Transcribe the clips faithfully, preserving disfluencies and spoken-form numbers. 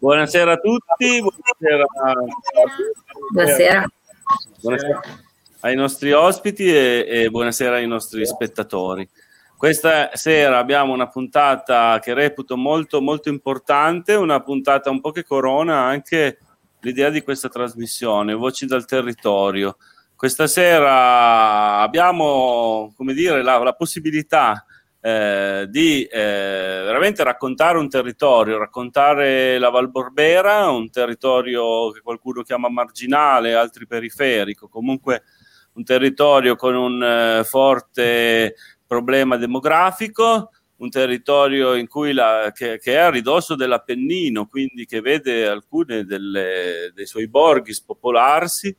Buonasera a tutti, buonasera, buonasera. buonasera ai nostri ospiti e, e buonasera ai nostri spettatori. Questa sera abbiamo una puntata che reputo molto molto importante, una puntata un po' che corona anche l'idea di questa trasmissione, Voci dal Territorio. Questa sera abbiamo, come dire, la, la possibilità Eh, di eh, veramente raccontare un territorio, raccontare la Val Borbera, un territorio che qualcuno chiama marginale, altri periferico, comunque un territorio con un eh, forte problema demografico, un territorio in cui la, che, che è a ridosso dell'Appennino, quindi che vede alcune delle, dei suoi borghi spopolarsi.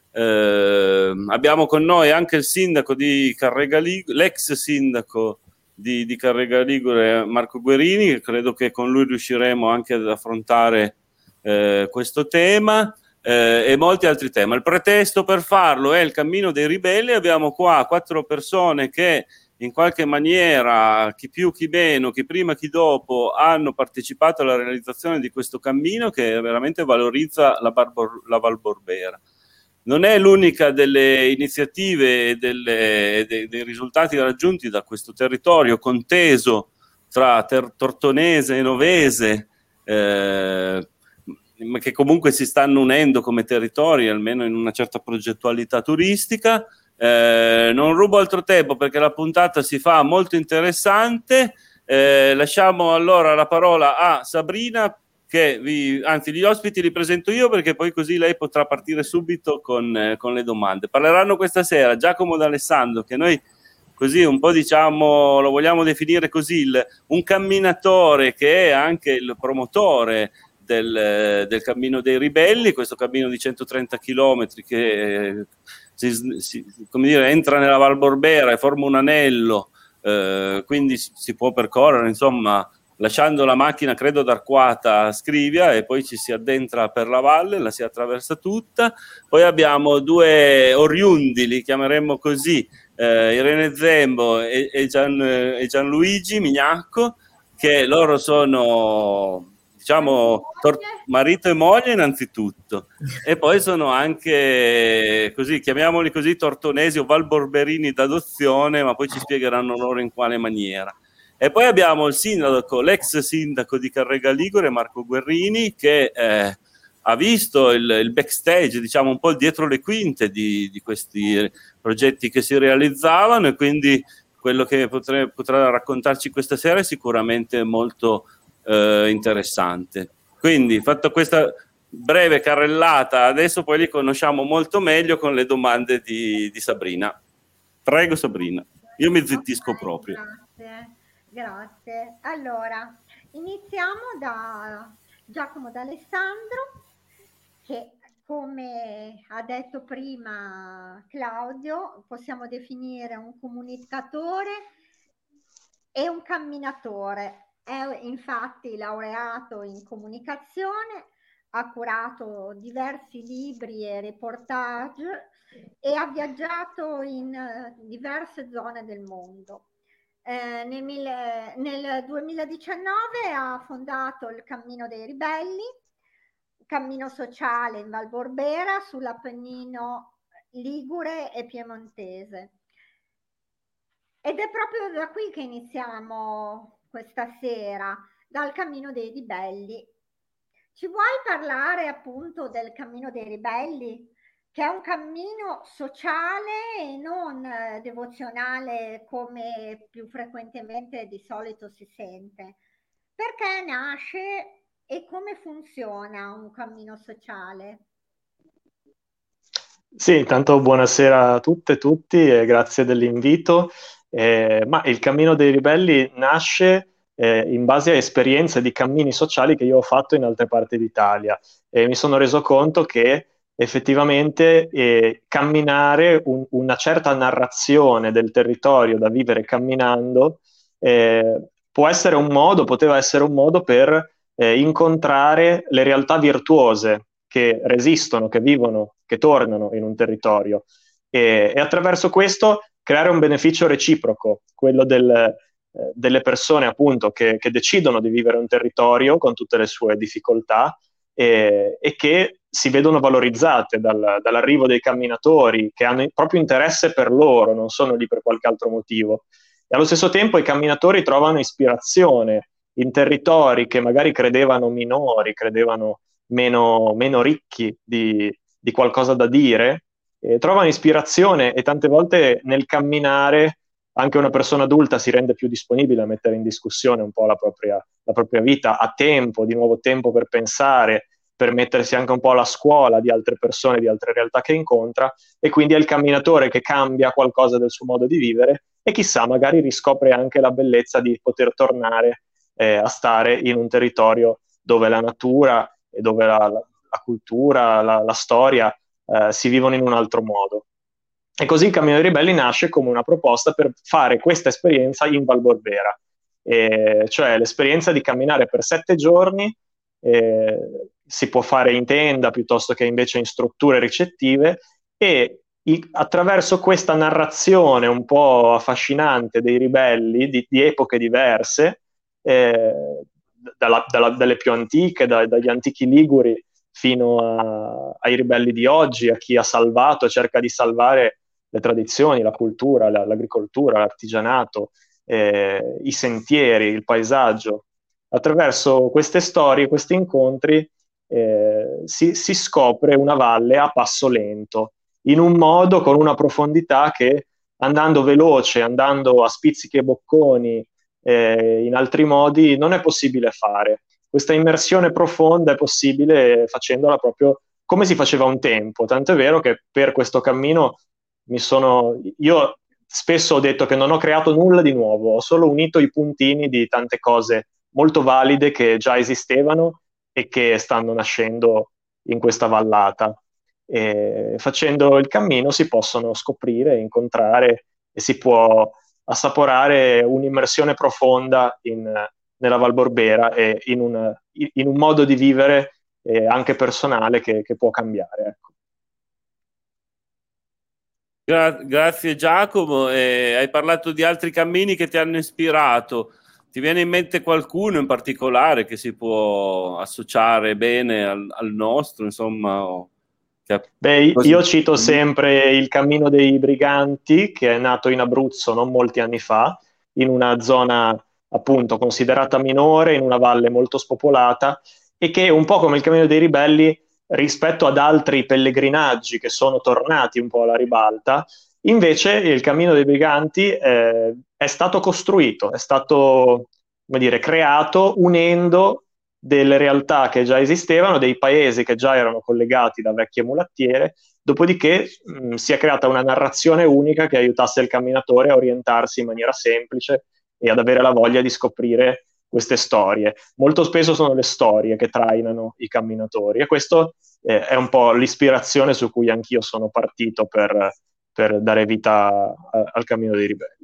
Eh, abbiamo con noi anche il sindaco di Carrega Ligure, l'ex sindaco di, di Carrega Ligure, Marco Guerini, credo che con lui riusciremo anche ad affrontare eh, questo tema eh, e molti altri temi. Il pretesto per farlo è il Cammino dei Ribelli. Abbiamo qua quattro persone che in qualche maniera, chi più chi meno, chi prima chi dopo, hanno partecipato alla realizzazione di questo cammino che veramente valorizza la, Barbor- la Val Borbera. Non è l'unica delle iniziative e delle, dei, dei risultati raggiunti da questo territorio conteso tra ter- Tortonese e Novese, eh, che comunque si stanno unendo come territori, almeno in una certa progettualità turistica. Eh, non rubo altro tempo perché la puntata si fa molto interessante. Eh, lasciamo allora la parola a Sabrina, che vi, anzi gli ospiti li presento io perché poi così lei potrà partire subito con, eh, con le domande. Parleranno questa sera Giacomo D'Alessandro, che noi così un po' diciamo, lo vogliamo definire così, il, un camminatore che è anche il promotore del, del Cammino dei Ribelli, questo cammino di centotrenta chilometri che eh, si, si, come dire, entra nella Val Borbera e forma un anello, eh, quindi si può percorrere, insomma, lasciando la macchina credo ad Arquata a Scrivia e poi ci si addentra per la valle, la si attraversa tutta. Poi abbiamo due oriundi, li chiameremmo così, eh, Irene Zembo e, e, Gian, e Gianluigi Mignacco, che loro sono, diciamo, tor- marito e moglie innanzitutto, e poi sono anche, così, chiamiamoli così, tortonesi o valborberini d'adozione, ma poi ci spiegheranno loro in quale maniera. E poi abbiamo il sindaco, l'ex sindaco di Carrega Ligure, Marco Guerrini, che eh, ha visto il, il backstage, diciamo un po' dietro le quinte di, di questi progetti che si realizzavano, e quindi quello che potre, potrà raccontarci questa sera è sicuramente molto eh, interessante. Quindi, fatto questa breve carrellata, adesso poi li conosciamo molto meglio con le domande di, di Sabrina. Prego Sabrina, io mi zittisco okay, proprio. Grazie. Grazie. Allora, iniziamo da Giacomo D'Alessandro, che come ha detto prima Claudio, possiamo definire un comunicatore e un camminatore. È infatti laureato in comunicazione, ha curato diversi libri e reportage e ha viaggiato in diverse zone del mondo. Eh, nel, mille, nel duemiladiciannove ha fondato il Cammino dei Ribelli, cammino sociale in Val Borbera sull'Appennino ligure e piemontese. Ed è proprio da qui che iniziamo questa sera, dal Cammino dei Ribelli. Ci vuoi parlare appunto del Cammino dei Ribelli? Che è un cammino sociale e non eh, devozionale come più frequentemente di solito si sente. Perché nasce e come funziona un cammino sociale? Sì, intanto buonasera a tutte e tutti e grazie dell'invito. Eh, ma il Cammino dei Ribelli nasce eh, in base a esperienze di cammini sociali che io ho fatto in altre parti d'Italia e mi sono reso conto che effettivamente eh, camminare un- una certa narrazione del territorio da vivere camminando eh, può essere un modo, poteva essere un modo per eh, incontrare le realtà virtuose che resistono, che vivono, che tornano in un territorio e, e attraverso questo creare un beneficio reciproco, quello del, eh, delle persone appunto che, che decidono di vivere un territorio con tutte le sue difficoltà e, e che si vedono valorizzate dal, dall'arrivo dei camminatori che hanno proprio interesse per loro, non sono lì per qualche altro motivo. E allo stesso tempo i camminatori trovano ispirazione in territori che magari credevano minori, credevano meno, meno ricchi di, di qualcosa da dire, e trovano ispirazione e tante volte nel camminare anche una persona adulta si rende più disponibile a mettere in discussione un po' la propria, la propria vita, ha tempo, di nuovo tempo per pensare, per mettersi anche un po' alla scuola di altre persone, di altre realtà che incontra, e quindi è il camminatore che cambia qualcosa del suo modo di vivere e chissà, magari riscopre anche la bellezza di poter tornare eh, a stare in un territorio dove la natura e dove la, la, la cultura, la, la storia eh, si vivono in un altro modo. E così il Cammino dei Ribelli nasce come una proposta per fare questa esperienza in Val Borbera, e cioè l'esperienza di camminare per sette giorni, eh, si può fare in tenda piuttosto che invece in strutture ricettive, e i, attraverso questa narrazione un po' affascinante dei ribelli di, di epoche diverse, eh, dalla, dalla, dalle più antiche, da, dagli antichi liguri fino a, ai ribelli di oggi, a chi ha salvato, cerca di salvare le tradizioni, la cultura, la, l'agricoltura, l'artigianato, eh, i sentieri, il paesaggio. Attraverso queste storie, questi incontri, eh, si, si scopre una valle a passo lento, in un modo, con una profondità che andando veloce, andando a spizzichi e bocconi, eh, in altri modi, non è possibile fare. Questa immersione profonda è possibile facendola proprio come si faceva un tempo, tanto è vero che per questo cammino mi sono, io spesso ho detto che non ho creato nulla di nuovo, ho solo unito i puntini di tante cose molto valide che già esistevano e che stanno nascendo in questa vallata. E facendo il cammino si possono scoprire, incontrare e si può assaporare un'immersione profonda in, nella Val Borbera e in un, in un modo di vivere eh, anche personale che, che può cambiare. Ecco. Gra- grazie Giacomo, eh, hai parlato di altri cammini che ti hanno ispirato. Ti viene in mente qualcuno in particolare che si può associare bene al, al nostro, insomma? O che... Beh, io cito sempre il Cammino dei Briganti, che è nato in Abruzzo non molti anni fa, in una zona appunto considerata minore, in una valle molto spopolata, e che un po' come il Cammino dei Ribelli, rispetto ad altri pellegrinaggi che sono tornati un po' alla ribalta, invece il Cammino dei Briganti eh, è stato costruito, è stato, come dire, creato unendo delle realtà che già esistevano, dei paesi che già erano collegati da vecchie mulattiere, dopodiché mh, si è creata una narrazione unica che aiutasse il camminatore a orientarsi in maniera semplice e ad avere la voglia di scoprire queste storie. Molto spesso sono le storie che trainano i camminatori e questo eh, è un po' l'ispirazione su cui anch'io sono partito per, per dare vita a, al Cammino dei Ribelli.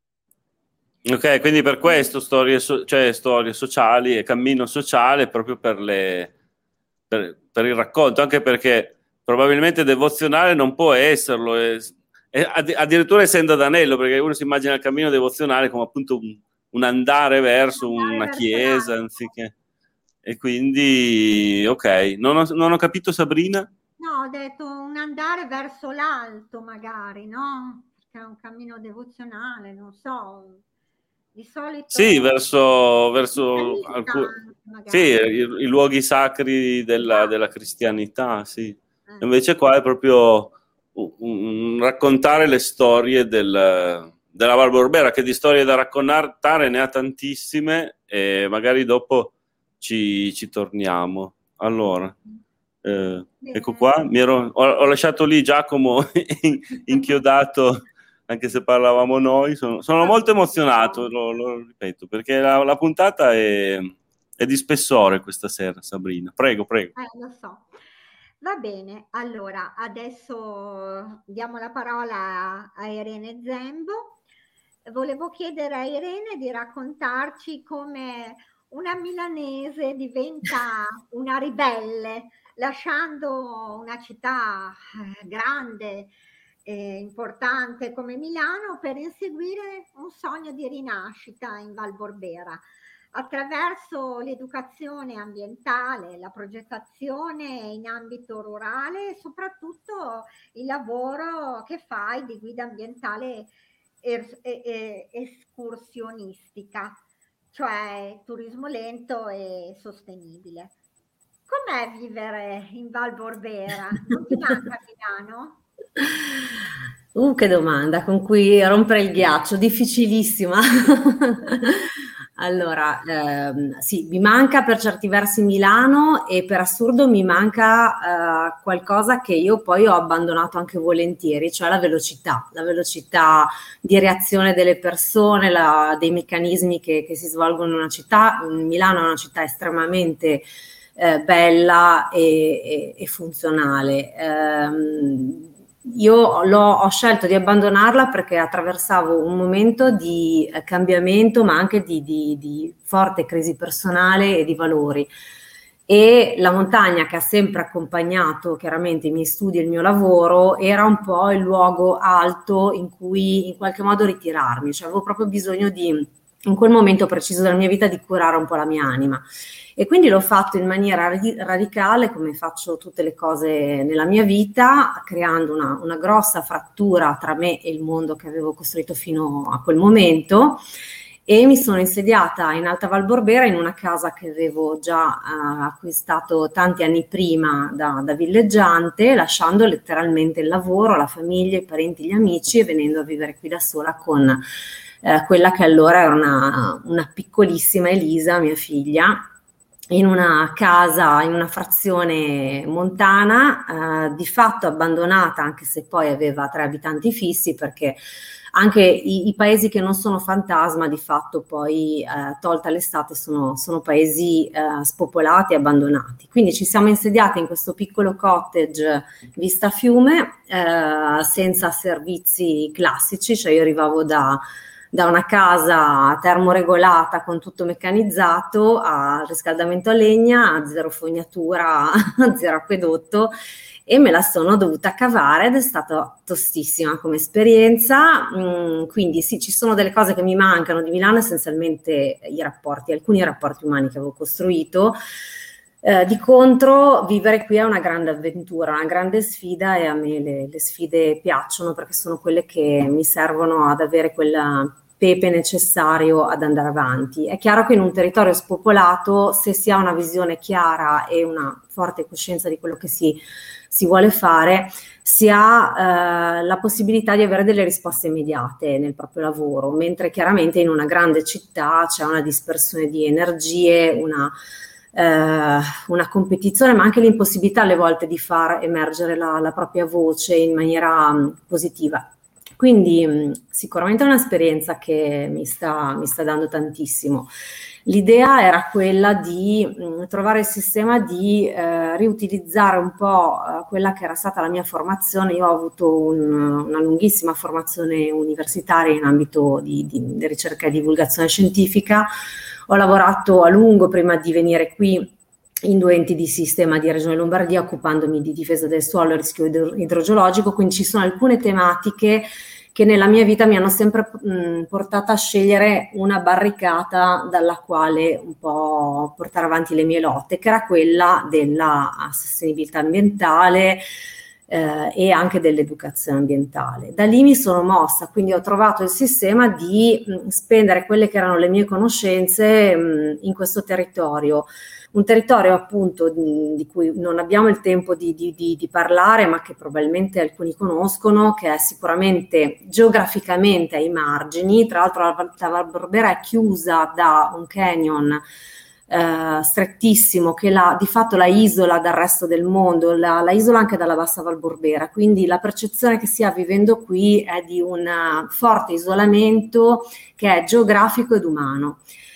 Ok, quindi per questo storie, so- cioè storie sociali e cammino sociale proprio per, le, per, per il racconto, anche perché probabilmente devozionale non può esserlo, è, è, addirittura essendo ad anello, perché uno si immagina il cammino devozionale come appunto un, un andare verso Andare una verso chiesa, l'alto. anziché... E quindi, ok, non ho, non ho capito Sabrina? No, ho detto un andare verso l'alto magari, no? Perché è un cammino devozionale, non so. Di solito Sì, verso, verso cristianità alcuni, sì, magari. i, i luoghi sacri della, Ah, della cristianità, sì. eh. Invece qua è proprio un, un raccontare le storie del, della Val Borbera, che di storie da raccontare ne ha tantissime e magari dopo ci, ci torniamo. Allora, eh, ecco Bene. qua, mi ero, ho, ho lasciato lì Giacomo inchiodato anche se parlavamo noi, sono, sono molto emozionato, lo, lo ripeto, perché la, la puntata è, è di spessore questa sera, Sabrina. Prego, prego. Eh, lo so. Va bene, allora adesso diamo la parola a Irene Zembo. Volevo chiedere a Irene di raccontarci come una milanese diventa una ribelle, lasciando una città eh, grande eh, importante come Milano per inseguire un sogno di rinascita in Val Borbera attraverso l'educazione ambientale, la progettazione in ambito rurale e soprattutto il lavoro che fai di guida ambientale es- e- e- escursionistica, cioè turismo lento e sostenibile. Com'è vivere in Val Borbera? Non ti manca Milano? Uh, che domanda con cui rompere il ghiaccio, difficilissima. Allora, ehm, sì, mi manca per certi versi Milano e per assurdo mi manca eh, qualcosa che io poi ho abbandonato anche volentieri, cioè la velocità, la velocità di reazione delle persone, la- dei meccanismi che, che si svolgono in una città. Milano è una città estremamente eh, bella e, e- e funzionale. Ehm, io l'ho, ho scelto di abbandonarla perché attraversavo un momento di eh, cambiamento, ma anche di, di- di forte crisi personale e di valori. E la montagna, che ha sempre accompagnato chiaramente i miei studi e il mio lavoro, era un po' il luogo alto in cui in qualche modo ritirarmi, cioè avevo proprio bisogno di, in quel momento preciso della mia vita, di curare un po' la mia anima. E quindi l'ho fatto in maniera radicale, come faccio tutte le cose nella mia vita, creando una, una grossa frattura tra me e il mondo che avevo costruito fino a quel momento, e mi sono insediata in Alta Val Borbera in una casa che avevo già eh, acquistato tanti anni prima da, da villeggiante, lasciando letteralmente il lavoro, la famiglia, i parenti, gli amici, e venendo a vivere qui da sola con eh, quella che allora era una, una piccolissima Elisa, mia figlia, in una casa, in una frazione montana, eh, di fatto abbandonata, anche se poi aveva tre abitanti fissi, perché anche i, i paesi che non sono fantasma, di fatto poi, eh, tolta l'estate, sono, sono paesi eh, spopolati e abbandonati. Quindi ci siamo insediati in questo piccolo cottage vista fiume, eh, senza servizi classici, cioè io arrivavo da da una casa termoregolata con tutto meccanizzato al riscaldamento a legna, a zero fognatura, a zero acquedotto, e me la sono dovuta cavare ed è stata tostissima come esperienza. Mm, quindi sì, ci sono delle cose che mi mancano di Milano, essenzialmente i rapporti, alcuni rapporti umani che avevo costruito. Eh, di contro, vivere qui è una grande avventura, una grande sfida, e a me le, le sfide piacciono perché sono quelle che mi servono ad avere quella pepe necessario ad andare avanti. È chiaro che in un territorio spopolato, se si ha una visione chiara e una forte coscienza di quello che si, si vuole fare, si ha eh, la possibilità di avere delle risposte immediate nel proprio lavoro, mentre chiaramente in una grande città c'è una dispersione di energie, una Uh, una competizione, ma anche l'impossibilità alle volte di far emergere la, la propria voce in maniera um, positiva. Quindi um, sicuramente è un'esperienza che mi sta, mi sta dando tantissimo. L'idea era quella di mh, trovare il sistema di eh, riutilizzare un po' eh, quella che era stata la mia formazione. Io ho avuto un, una lunghissima formazione universitaria in ambito di, di, di ricerca e divulgazione scientifica. Ho lavorato a lungo prima di venire qui in due enti di sistema di Regione Lombardia, occupandomi di difesa del suolo e rischio idro- idrogeologico, quindi ci sono alcune tematiche che nella mia vita mi hanno sempre mh, portata a scegliere una barricata dalla quale un po' portare avanti le mie lotte, che era quella della sostenibilità ambientale, Eh, e anche dell'educazione ambientale. Da lì mi sono mossa, quindi ho trovato il sistema di mh, spendere quelle che erano le mie conoscenze mh, in questo territorio, un territorio appunto di, di cui non abbiamo il tempo di, di, di, di parlare, ma che probabilmente alcuni conoscono, che è sicuramente geograficamente ai margini. Tra l'altro la Val Borbera è chiusa da un canyon Uh, strettissimo che la, di fatto la isola dal resto del mondo, la, la isola anche dalla bassa Val Borbera, quindi la percezione che si ha vivendo qui è di un forte isolamento che è geografico ed umano.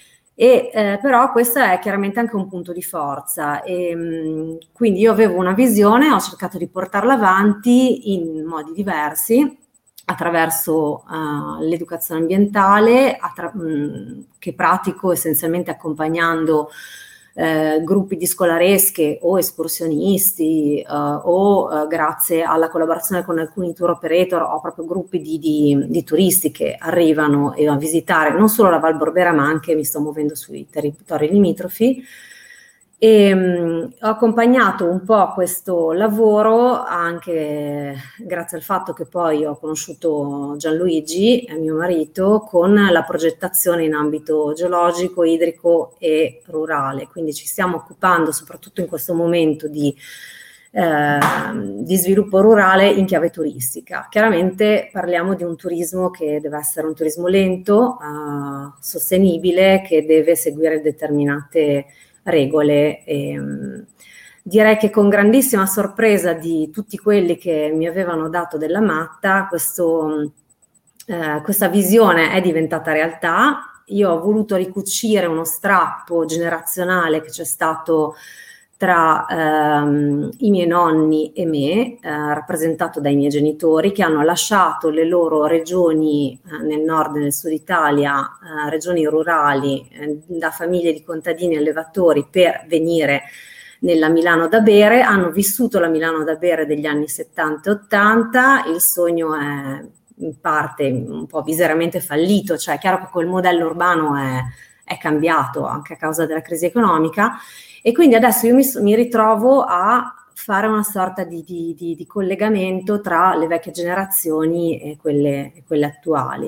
E eh, però questo è chiaramente anche un punto di forza, e mh, quindi io avevo una visione, ho cercato di portarla avanti in modi diversi, attraverso uh, l'educazione ambientale, attra- mh, che pratico essenzialmente accompagnando eh, gruppi di scolaresche o escursionisti eh, o eh, grazie alla collaborazione con alcuni tour operator o proprio gruppi di, di, di turisti che arrivano e a visitare non solo la Val Borbera ma anche mi sto muovendo sui territori limitrofi. E mh, ho accompagnato un po' questo lavoro anche grazie al fatto che poi ho conosciuto Gianluigi, mio marito, con la progettazione in ambito geologico, idrico e rurale. Quindi ci stiamo occupando soprattutto in questo momento di, eh, di sviluppo rurale in chiave turistica. Chiaramente parliamo di un turismo che deve essere un turismo lento, eh, sostenibile, che deve seguire determinate regole. E, um, direi che con grandissima sorpresa di tutti quelli che mi avevano dato della matta, questo, eh, questa visione è diventata realtà. Io ho voluto ricucire uno strappo generazionale che c'è stato tra ehm, i miei nonni e me, eh, rappresentato dai miei genitori, che hanno lasciato le loro regioni eh, nel nord e nel sud Italia, eh, regioni rurali, eh, da famiglie di contadini e allevatori, per venire nella Milano da bere. Hanno vissuto la Milano da bere degli anni settanta e ottanta, il sogno è in parte un po' miseramente fallito, cioè è chiaro che quel modello urbano è, è cambiato anche a causa della crisi economica. E quindi adesso io mi, mi ritrovo a fare una sorta di, di, di, di collegamento tra le vecchie generazioni e quelle, e quelle attuali.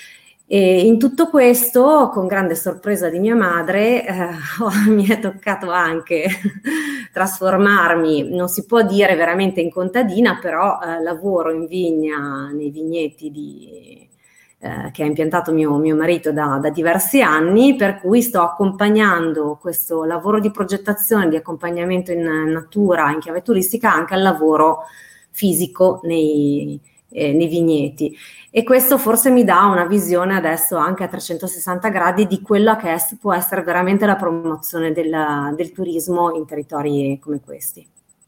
E in tutto questo, con grande sorpresa di mia madre, eh, mi è toccato anche trasformarmi, non si può dire veramente in contadina, però eh, lavoro in vigna, nei vigneti di... Eh, che ha impiantato mio, mio marito da, da diversi anni, per cui sto accompagnando questo lavoro di progettazione, di accompagnamento in natura, in chiave turistica, anche al lavoro fisico nei, eh, nei vigneti. E questo forse mi dà una visione adesso anche a trecentosessanta gradi di quella che è, può essere veramente la promozione del, del turismo in territori come questi.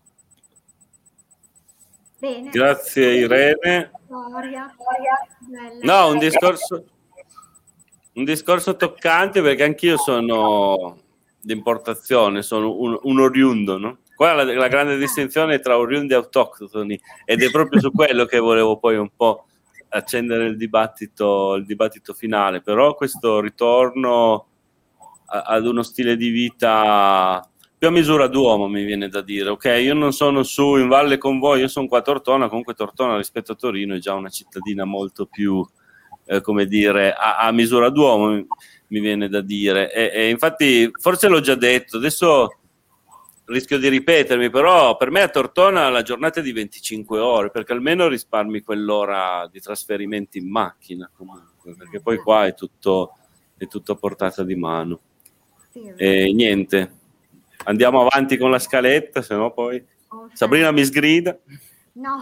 Bene. Grazie Irene. Storia. No, un discorso, un discorso toccante, perché anch'io sono di importazione, sono un, un oriundo, no? Qua la, la grande distinzione tra oriundi e autoctoni, ed è proprio su quello che volevo poi un po' accendere il dibattito, il dibattito finale. Però questo ritorno a, ad uno stile di vita più a misura d'uomo, mi viene da dire, ok? Io non sono su in valle con voi, io sono qua a Tortona, comunque Tortona rispetto a Torino è già una cittadina molto più, eh, come dire, a, a misura d'uomo, mi, mi viene da dire. E, e infatti, forse l'ho già detto, adesso rischio di ripetermi, però per me a Tortona la giornata è di venticinque ore, perché almeno risparmi quell'ora di trasferimenti in macchina, comunque, perché poi qua è tutto, è tutto a portata di mano. E niente. Andiamo avanti con la scaletta, se no poi oh, Sabrina mi sgrida. No,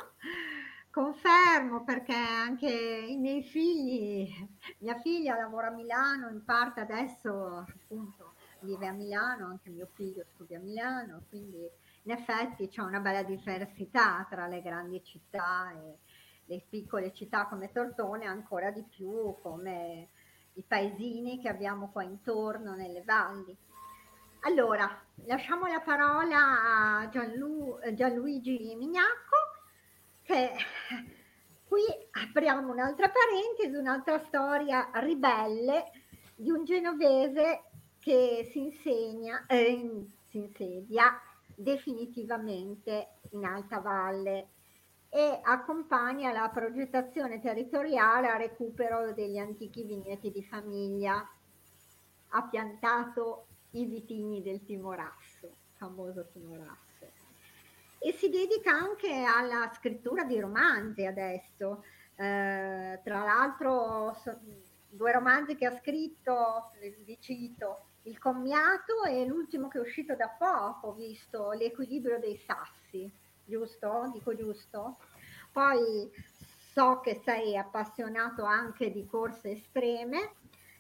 confermo, perché anche i miei figli, mia figlia lavora a Milano, in parte adesso appunto vive a Milano, anche mio figlio studia a Milano, quindi in effetti c'è una bella diversità tra le grandi città e le piccole città come Tortona, ancora di più come i paesini che abbiamo qua intorno nelle valli. Allora, lasciamo la parola a Gianlu, Gianluigi Mignacco, che qui apriamo un'altra parentesi, un'altra storia ribelle di un genovese che si insegna, eh, si insedia definitivamente in Alta Valle e accompagna la progettazione territoriale a recupero degli antichi vigneti di famiglia. Ha piantato i vitigni del Timorasso, famoso Timorasso, e si dedica anche alla scrittura di romanzi adesso. Eh, tra l'altro so, due romanzi che ha scritto, li cito, Il Commiato e l'ultimo che è uscito da poco, ho visto, L'equilibrio dei sassi, giusto? Dico giusto? Poi so che sei appassionato anche di corse estreme.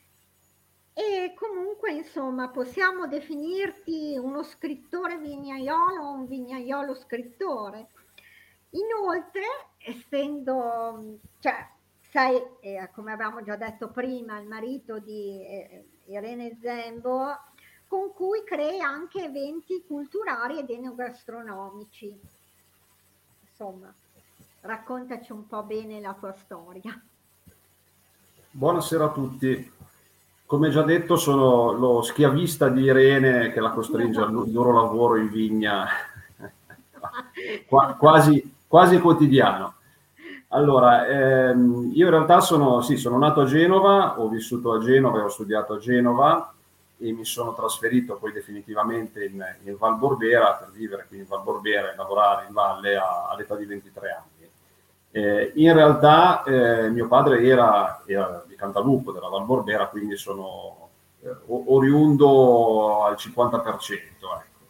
E comunque, insomma, possiamo definirti uno scrittore vignaiolo o un vignaiolo scrittore. Inoltre, essendo, cioè, sei, eh, come avevamo già detto prima, il marito di eh, Irene Zembo, con cui crea anche eventi culturali ed enogastronomici. Insomma, raccontaci un po' bene la tua storia. Buonasera a tutti. Come già detto, sono lo schiavista di Irene che la costringe al duro lavoro in vigna, Qua, quasi, quasi quotidiano. Allora, ehm, io in realtà sono, sì, sono nato a Genova, ho vissuto a Genova e ho studiato a Genova e mi sono trasferito poi definitivamente in, in Val Borbera per vivere qui in Val Borbera e lavorare in valle a, all'età di ventitré anni. Eh, in realtà eh, mio padre era, era di Cantalupo, della Val Borbera, quindi sono eh, oriundo al cinquanta per cento. Ecco.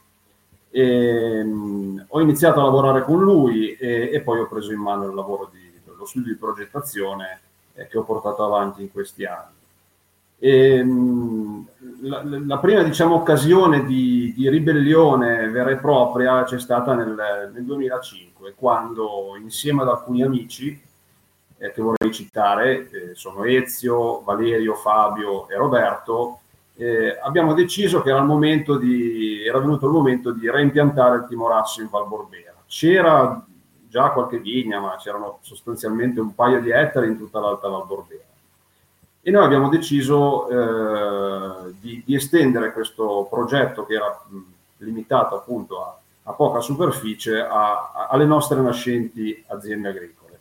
E, mh, ho iniziato a lavorare con lui e, e poi ho preso in mano il lavoro di, lo studio di progettazione eh, che ho portato avanti in questi anni. E, mh, la, la prima, diciamo, occasione di, di ribellione vera e propria c'è stata nel, nel duemilacinque, quando insieme ad alcuni amici eh, che vorrei citare, eh, sono Ezio, Valerio, Fabio e Roberto, eh, abbiamo deciso che era, il momento di, era venuto il momento di reimpiantare il Timorasso in Val Borbera. C'era già qualche vigna, ma c'erano sostanzialmente un paio di ettari in tutta l'Alta Val Borbera. E noi abbiamo deciso eh, di, di estendere questo progetto, che era mh, limitato appunto a, a poca superficie, a, a, alle nostre nascenti aziende agricole.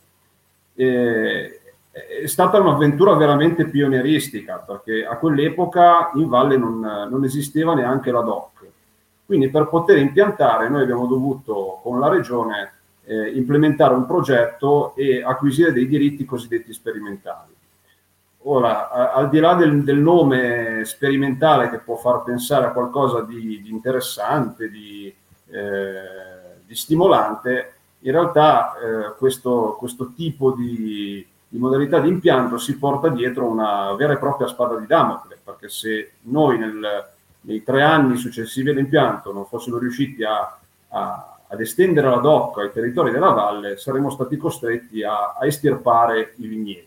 E, è stata un'avventura veramente pionieristica, perché a quell'epoca in valle non, non esisteva neanche la D O C. Quindi per poter impiantare noi abbiamo dovuto con la regione eh, implementare un progetto e acquisire dei diritti cosiddetti sperimentali. Ora, a, al di là del, del nome sperimentale, che può far pensare a qualcosa di, di interessante, di, eh, di stimolante, in realtà eh, questo, questo tipo di, di modalità di impianto si porta dietro una vera e propria spada di Damocle, perché se noi nel, nei tre anni successivi all'impianto non fossimo riusciti a, a, ad estendere la D O C ai territori della valle, saremmo stati costretti a, a estirpare i vigneti.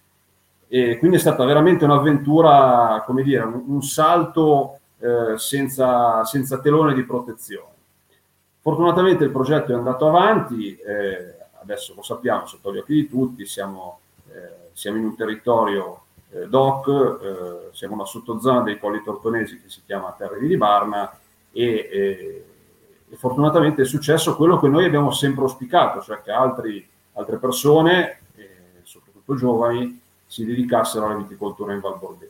E quindi è stata veramente un'avventura, come dire, un, un salto eh, senza, senza telone di protezione. Fortunatamente il progetto è andato avanti, eh, adesso lo sappiamo, sotto gli occhi di tutti, siamo, eh, siamo in un territorio eh, D O C, eh, siamo una sottozona dei Colli Tortonesi che si chiama Terre di Libarna e, e, e fortunatamente è successo quello che noi abbiamo sempre auspicato, cioè che altri, altre persone, eh, soprattutto giovani, si dedicassero alla viticoltura in Val Borbera.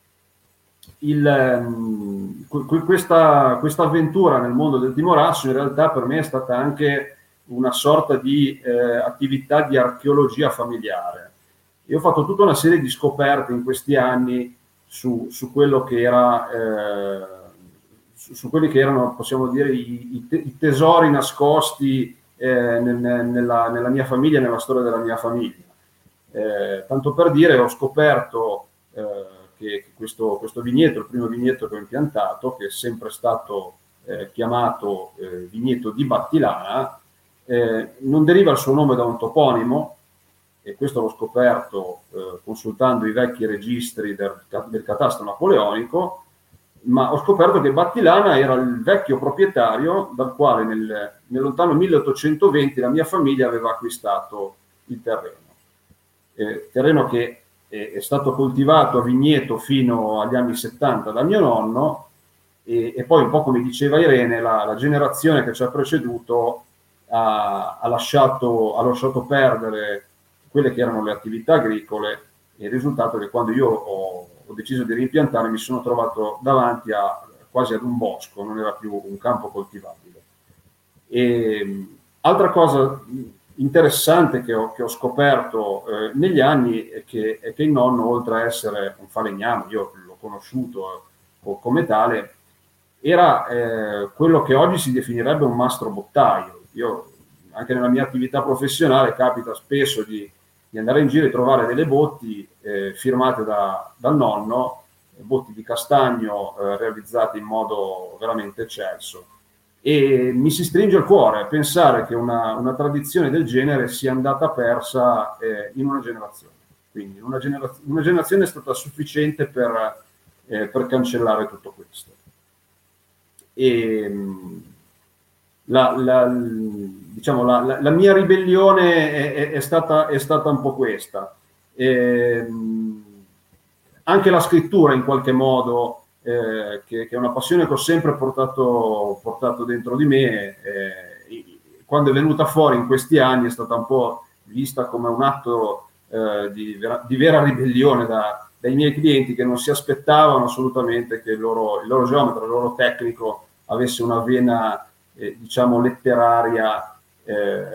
Il, um, questa, questa avventura nel mondo del Timorasso in realtà per me è stata anche una sorta di eh, attività di archeologia familiare. Io ho fatto tutta una serie di scoperte in questi anni su, su quello che era eh, su, su quelli che erano, possiamo dire, i, i, te, i tesori nascosti eh, nel, nella, nella mia famiglia, nella storia della mia famiglia. Eh, tanto per dire, ho scoperto eh, che questo, questo vigneto, il primo vigneto che ho impiantato, che è sempre stato eh, chiamato eh, vigneto di Battilana, eh, non deriva il suo nome da un toponimo, e questo l'ho scoperto eh, consultando i vecchi registri del, del catasto napoleonico, ma ho scoperto che Battilana era il vecchio proprietario dal quale nel, nel lontano milleottocentoventi la mia famiglia aveva acquistato il terreno. Eh, terreno che è, è stato coltivato a vigneto fino agli anni settanta da mio nonno e, e poi un po' come diceva Irene, la, la generazione che ci ha preceduto ha, ha, lasciato, ha lasciato perdere quelle che erano le attività agricole, e il risultato è che quando io ho, ho deciso di rimpiantare mi sono trovato davanti a quasi ad un bosco, non era più un campo coltivabile. E, altra cosa interessante che ho, che ho scoperto eh, negli anni è che, è che il nonno, oltre a essere un falegname, io l'ho conosciuto eh, come tale, era eh, quello che oggi si definirebbe un mastro bottaio. Io anche nella mia attività professionale capita spesso di, di andare in giro e trovare delle botti eh, firmate da, dal nonno, botti di castagno eh, realizzate in modo veramente eccelso. E mi si stringe il cuore a pensare che una, una tradizione del genere sia andata persa eh, in una generazione. Quindi una, generaz- una generazione è stata sufficiente per, eh, per cancellare tutto questo. e la, la, diciamo, la, la, la mia ribellione è, è, è, stata, è stata un po' questa. E, anche la scrittura in qualche modo, eh, che, che è una passione che ho sempre portato, portato dentro di me, eh, quando è venuta fuori in questi anni è stata un po' vista come un atto eh, di, vera, di vera ribellione da, dai miei clienti, che non si aspettavano assolutamente che il loro, il loro geometra, il loro tecnico avesse una vena eh, diciamo letteraria eh,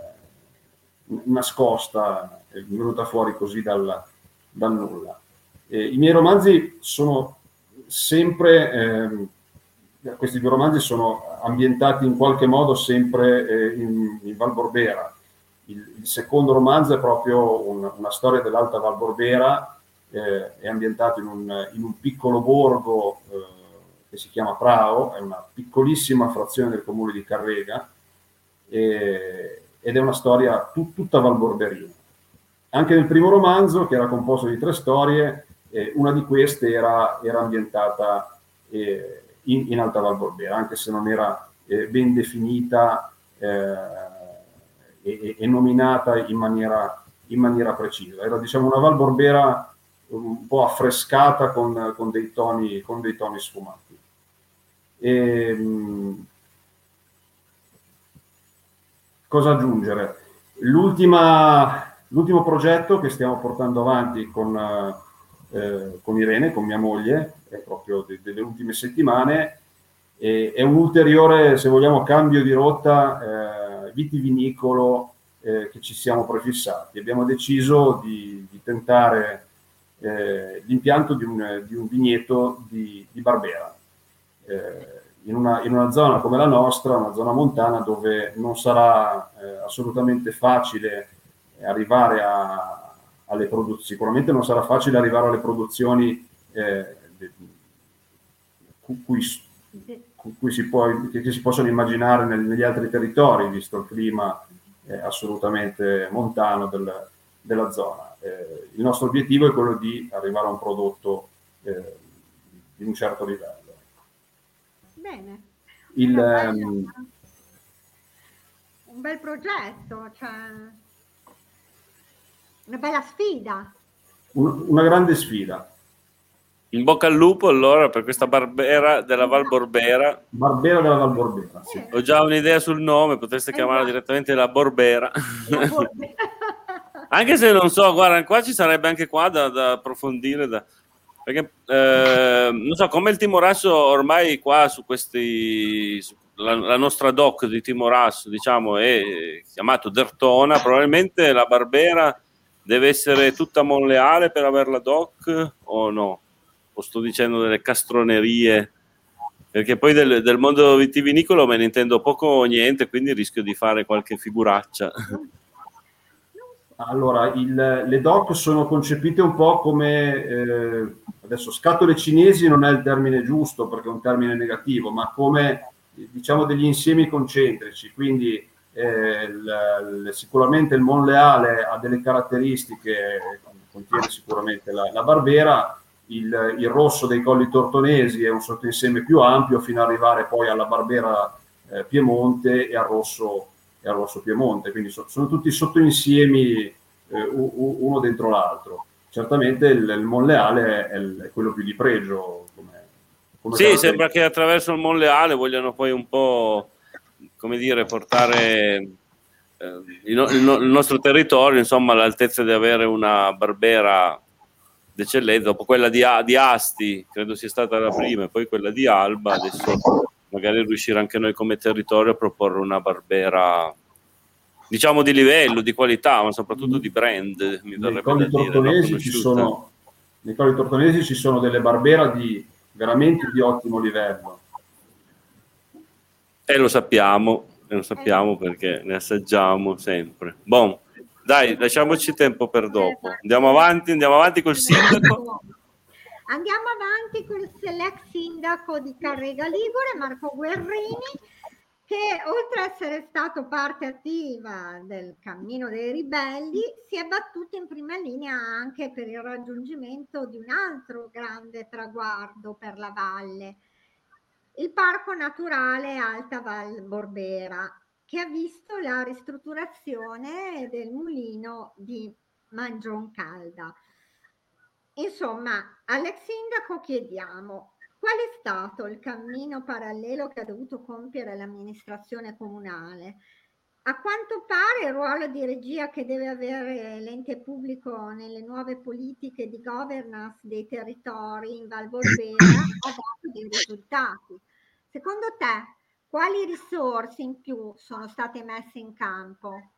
nascosta, è venuta fuori così dal, dal nulla. Eh, I miei romanzi sono sempre, eh, questi due romanzi sono ambientati in qualche modo sempre eh, in, in Val Borbera. Il, il secondo romanzo è proprio un, una storia dell'Alta Val Borbera, eh, è ambientato in un, in un piccolo borgo eh, che si chiama Prao, è una piccolissima frazione del comune di Carrega, eh, ed è una storia tut, tutta valborberina. Anche nel primo romanzo, che era composto di tre storie, eh, una di queste era, era ambientata eh, in, in Alta Val Borbera, anche se non era eh, ben definita eh, e, e nominata in maniera, in maniera precisa. Era, diciamo, una Val Borbera un po' affrescata con, con, dei, toni, con dei toni sfumati. E, mh, cosa aggiungere? L'ultima, l'ultimo progetto che stiamo portando avanti con, eh, con Irene, con mia moglie, è proprio de, delle ultime settimane, e, è un ulteriore, se vogliamo, cambio di rotta eh, vitivinicolo eh, che ci siamo prefissati. Abbiamo deciso di, di tentare eh, l'impianto di un, di un vigneto di, di Barbera. Eh, in, una, in una zona come la nostra, una zona montana, dove non sarà eh, assolutamente facile arrivare a, alle produzioni, sicuramente non sarà facile arrivare alle produzioni eh, cu, cui, cu, cui si può, che, che si possono immaginare nel, negli altri territori, visto il clima eh, assolutamente montano del, della zona. Eh, il nostro obiettivo è quello di arrivare a un prodotto eh, di un certo livello. Bene. Il, bella, um, un bel progetto, cioè una bella sfida. Un, una grande sfida. In bocca al lupo allora per questa Barbera della Val Borbera. Barbera della Val Borbera, sì. Ho già un'idea sul nome, potreste chiamarla esatto. direttamente la Borbera. La Borbera. Anche se non so, guarda, qua ci sarebbe anche qua da, da approfondire, da, perché eh, non so, come il timorasso ormai qua su questi, su, la, la nostra doc di timorasso, diciamo, è chiamato Dertona, probabilmente la Barbera deve essere tutta monleale per aver la doc o no? O sto dicendo delle castronerie? Perché poi del, del mondo vitivinicolo me ne intendo poco o niente, quindi rischio di fare qualche figuraccia. Allora, il, le doc sono concepite un po' come, eh, adesso scatole cinesi non è il termine giusto perché è un termine negativo, ma come, diciamo, degli insiemi concentrici, quindi eh, il, il, sicuramente il Monleale ha delle caratteristiche, contiene sicuramente la, la Barbera, il, il rosso dei Colli Tortonesi è un sottoinsieme più ampio fino ad arrivare poi alla Barbera eh, Piemonte e al rosso e al rosso Piemonte, quindi so, sono tutti sottoinsiemi eh, uno dentro l'altro. Certamente il, il Monleale è, il, è quello più di pregio. Come, come sì, sembra che attraverso il Monleale vogliano poi un po', come dire, portare eh, il, il, il nostro territorio, insomma, all'altezza di avere una Barbera d'eccellenza. Dopo quella di, di Asti, credo sia stata la prima, e poi quella di Alba, adesso magari riuscire anche noi come territorio a proporre una Barbera, diciamo, di livello, di qualità, ma soprattutto di brand. Mi nei Colli Tortonesi dire, ci sono nei Colli Tortonesi ci sono delle Barbera di veramente di ottimo livello. E lo sappiamo, e lo sappiamo perché ne assaggiamo sempre. Bon, dai, lasciamoci tempo per dopo. Andiamo avanti, andiamo avanti col sindaco. Andiamo avanti col l'ex sindaco di Carrega Ligure, Marco Guerrini, che oltre ad essere stato parte attiva del Cammino dei Ribelli, si è battuto in prima linea anche per il raggiungimento di un altro grande traguardo per la valle, il Parco Naturale Alta Val Borbera, che ha visto la ristrutturazione del mulino di Mangioncalda. Insomma, all'ex sindaco chiediamo qual è stato il cammino parallelo che ha dovuto compiere l'amministrazione comunale. A quanto pare il ruolo di regia che deve avere l'ente pubblico nelle nuove politiche di governance dei territori in Val Borbera ha dato dei risultati. Secondo te, quali risorse in più sono state messe in campo?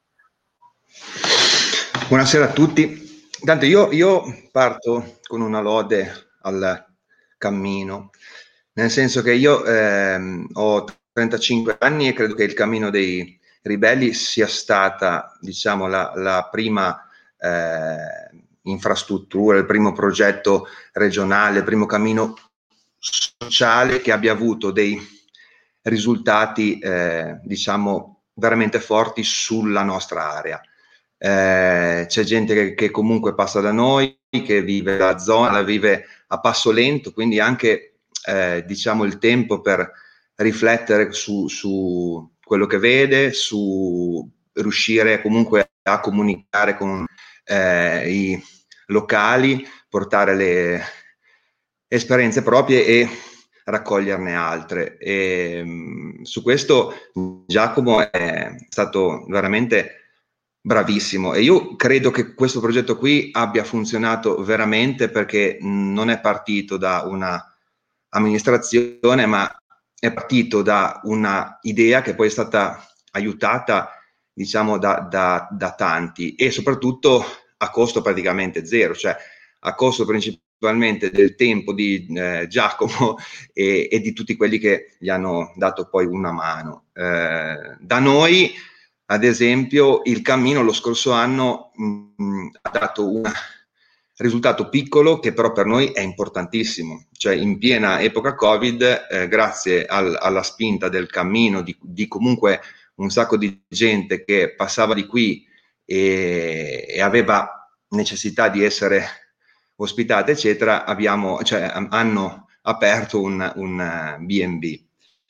Buonasera a tutti. Intanto io, io parto con una lode al cammino, nel senso che io ehm, ho trentacinque anni e credo che il cammino dei ribelli sia stata, diciamo, la, la prima eh, infrastruttura, il primo progetto regionale, il primo cammino sociale che abbia avuto dei risultati, eh, diciamo, veramente forti sulla nostra area. Eh, c'è gente che, che comunque passa da noi, che vive la zona, la vive a passo lento, quindi anche, eh, diciamo, il tempo per riflettere su, su quello che vede, su riuscire comunque a comunicare con eh, i locali, portare le esperienze proprie e raccoglierne altre. E, mh, su questo Giacomo è stato veramente bravissimo e io credo che questo progetto qui abbia funzionato veramente, perché non è partito da una amministrazione, ma è partito da una idea che poi è stata aiutata, diciamo, da, da, da tanti, e soprattutto a costo praticamente zero, cioè a costo principalmente del tempo di eh, Giacomo e, e di tutti quelli che gli hanno dato poi una mano. Eh, da noi, ad esempio, il cammino lo scorso anno mh, ha dato un risultato piccolo che però per noi è importantissimo, cioè in piena epoca Covid, eh, grazie al, alla spinta del cammino, di, di comunque un sacco di gente che passava di qui e, e aveva necessità di essere ospitata, eccetera, abbiamo, cioè, hanno aperto un, un B and B.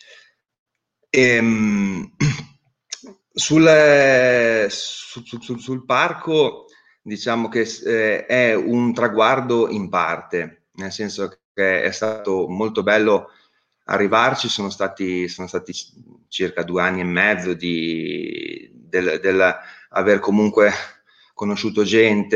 Ehm, sul, sul, sul, sul parco, diciamo che eh, è un traguardo in parte, nel senso che è stato molto bello arrivarci, sono stati, sono stati circa due anni e mezzo di, del, del aver comunque conosciuto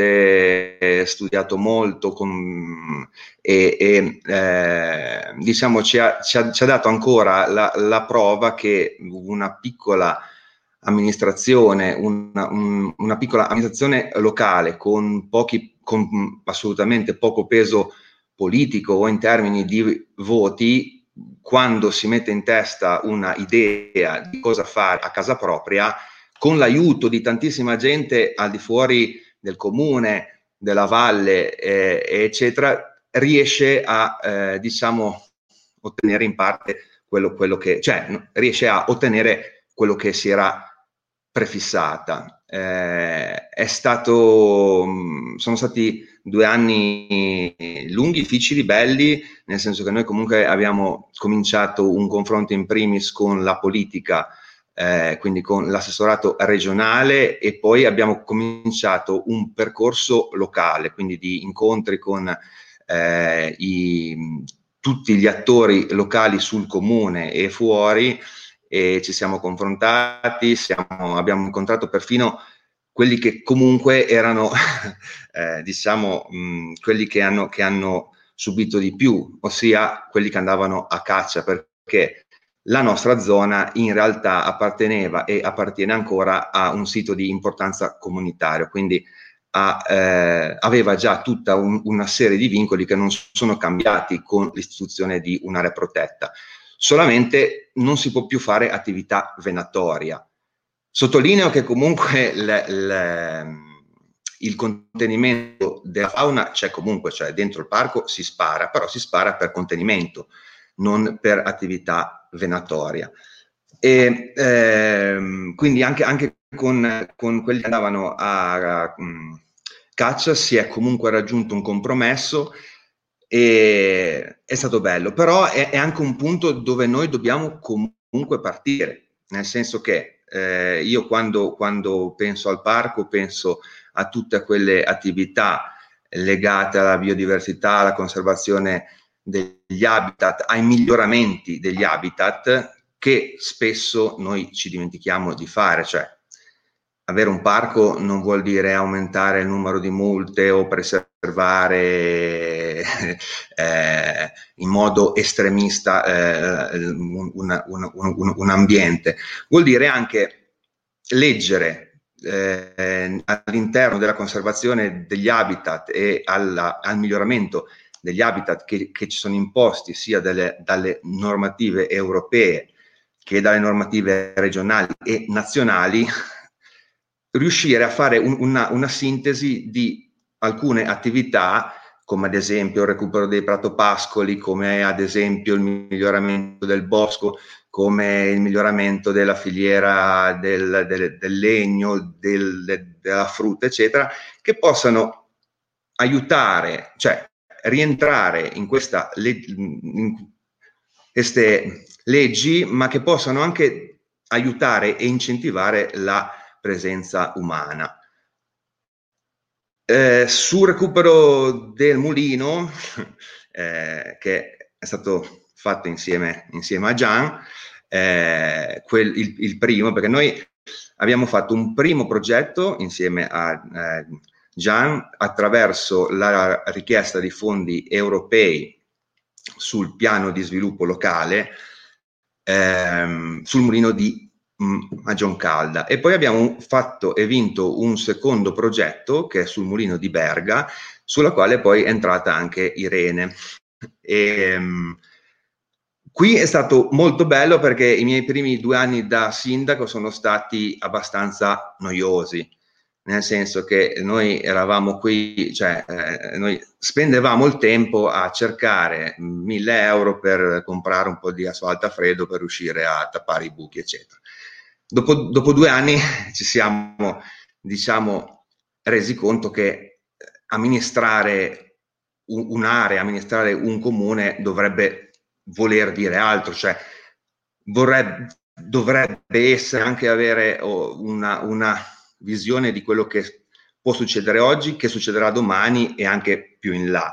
gente, studiato molto con, e, e eh, diciamo ci ha, ci, ha, ci ha dato ancora la, la prova che una piccola amministrazione, una, un, una piccola amministrazione locale con pochi, con assolutamente poco peso politico o in termini di voti, quando si mette in testa una idea di cosa fare a casa propria, con l'aiuto di tantissima gente al di fuori del comune, della valle, eh, eccetera, riesce a, eh, diciamo, ottenere in parte quello, quello che, cioè, riesce a ottenere quello che si era prefissata. Eh, è stato, sono stati due anni lunghi, difficili, belli, nel senso che noi comunque abbiamo cominciato un confronto in primis con la politica, eh, quindi con l'assessorato regionale, e poi abbiamo cominciato un percorso locale, quindi di incontri con eh, i, tutti gli attori locali sul comune e fuori, e ci siamo confrontati, siamo, abbiamo incontrato perfino quelli che comunque erano, eh, diciamo, mh, quelli che hanno, che hanno subito di più, ossia quelli che andavano a caccia, perché la nostra zona in realtà apparteneva e appartiene ancora a un sito di importanza comunitaria, quindi a, eh, aveva già tutta un, una serie di vincoli che non sono cambiati con l'istituzione di un'area protetta. Solamente non si può più fare attività venatoria. Sottolineo che comunque le, le, il contenimento della fauna c'è comunque, cioè dentro il parco si spara, però si spara per contenimento, non per attività venatoria. E ehm, quindi anche, anche con, con quelli che andavano a, a, a caccia si è comunque raggiunto un compromesso, e è stato bello, però è, è anche un punto dove noi dobbiamo comunque partire, nel senso che eh, io quando, quando penso al parco penso a tutte quelle attività legate alla biodiversità, alla conservazione degli habitat, ai miglioramenti degli habitat che spesso noi ci dimentichiamo di fare. Cioè, avere un parco non vuol dire aumentare il numero di multe o preservare eh, in modo estremista eh, un, un, un, un, un ambiente. Vuol dire anche leggere eh, all'interno della conservazione degli habitat e alla, al miglioramento degli habitat che, che ci sono imposti sia delle, dalle normative europee che dalle normative regionali e nazionali, riuscire a fare un, una, una sintesi di alcune attività, come ad esempio il recupero dei pratopascoli, come ad esempio il miglioramento del bosco, come il miglioramento della filiera del, del, del legno, del, de, della frutta, eccetera, che possano aiutare, cioè rientrare in questa in queste leggi, ma che possano anche aiutare e incentivare la presenza umana. Eh, sul recupero del mulino, eh, che è stato fatto insieme, insieme a Gian, eh, quel, il, il primo, perché noi abbiamo fatto un primo progetto insieme a eh, Gian attraverso la richiesta di fondi europei sul piano di sviluppo locale ehm, sul mulino di a Gioncalda, e poi abbiamo fatto e vinto un secondo progetto che è sul mulino di Berga, sulla quale poi è entrata anche Irene. E, um, qui è stato molto bello perché i miei primi due anni da sindaco sono stati abbastanza noiosi, nel senso che noi eravamo qui, cioè eh, noi spendevamo il tempo a cercare mille euro per comprare un po' di asfalto a freddo per riuscire a tappare i buchi, eccetera. Dopo, dopo due anni ci siamo, diciamo, resi conto che amministrare un, un'area, amministrare un comune dovrebbe voler dire altro, cioè vorrebbe, dovrebbe essere anche avere oh, una, una visione di quello che può succedere oggi, che succederà domani e anche più in là.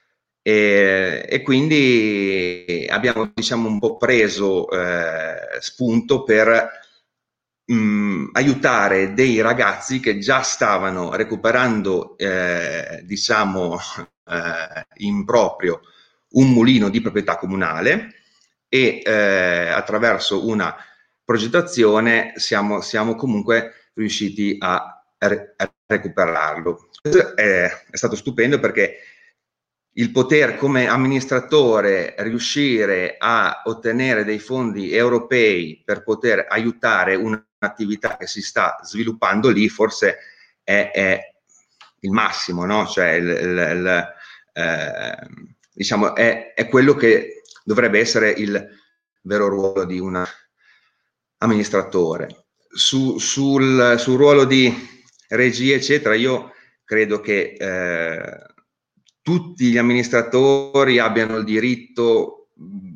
E, e quindi abbiamo, diciamo, un po' preso eh, spunto per Mh, aiutare dei ragazzi che già stavano recuperando, eh, diciamo, eh, in proprio un mulino di proprietà comunale e eh, attraverso una progettazione siamo, siamo comunque riusciti a, re- a recuperarlo. Questo è, è stato stupendo perché il poter come amministratore riuscire a ottenere dei fondi europei per poter aiutare un'attività che si sta sviluppando lì forse è, è il massimo, no? Cioè il, il, il, eh, diciamo è, è quello che dovrebbe essere il vero ruolo di un amministratore. Su, sul, sul ruolo di regia, eccetera, io credo che eh, tutti gli amministratori abbiano il diritto,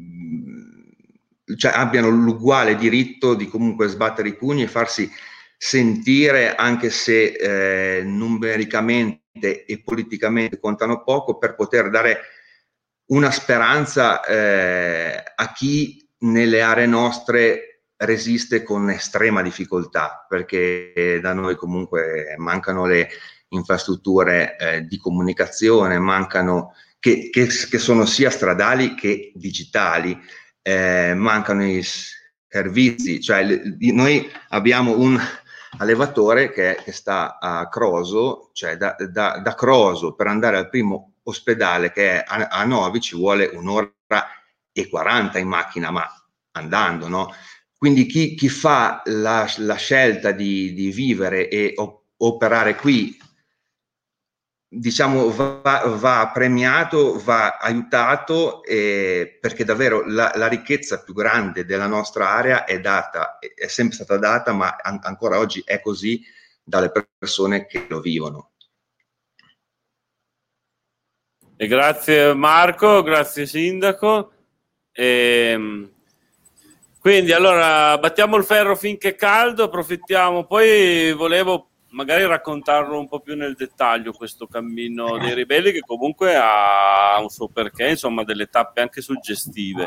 cioè abbiano l'uguale diritto di comunque sbattere i pugni e farsi sentire, anche se eh, numericamente e politicamente contano poco, per poter dare una speranza eh, a chi nelle aree nostre resiste con estrema difficoltà, perché da noi comunque mancano le infrastrutture eh, di comunicazione, mancano che, che, che sono sia stradali che digitali, eh, mancano i servizi, cioè le, noi abbiamo un allevatore che, che sta a Croso, cioè da, da, da Croso per andare al primo ospedale che è a, a Novi ci vuole un'ora e quaranta in macchina, ma andando, no? Quindi chi, chi fa la, la scelta di, di vivere e op- operare qui, diciamo, va, va premiato, va aiutato, eh, perché davvero la, la ricchezza più grande della nostra area è data, è sempre stata data, ma an- ancora oggi è così, dalle persone che lo vivono. E grazie Marco, grazie Sindaco. E, quindi allora battiamo il ferro finché è caldo, approfittiamo. Poi volevo magari raccontarlo un po' più nel dettaglio questo cammino dei ribelli, che comunque ha un suo perché, insomma, delle tappe anche suggestive.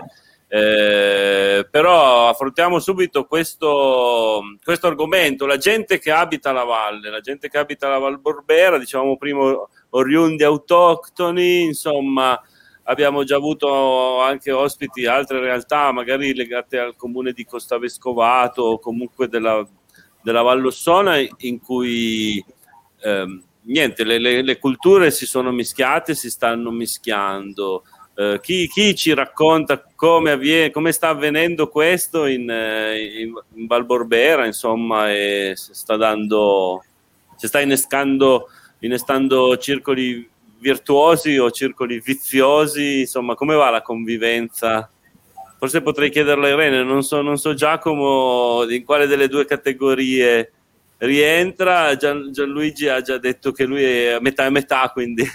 Eh, però affrontiamo subito questo, questo argomento. La gente che abita la valle, la gente che abita la Val Borbera, dicevamo prima oriundi autoctoni, insomma abbiamo già avuto anche ospiti altre realtà magari legate al comune di Costavescovato o comunque della, della Vallossona, in cui ehm, niente, le, le, le culture si sono mischiate, si stanno mischiando. Uh, chi, chi ci racconta come, avviene, come sta avvenendo questo in, in, in Val Borbera, insomma, e si sta dando, si sta innescando, innestando circoli virtuosi o circoli viziosi, insomma, come va la convivenza? Forse potrei chiederlo a Irene, non so, non so Giacomo in quale delle due categorie rientra. Gian, Gianluigi ha già detto che lui è metà e metà, quindi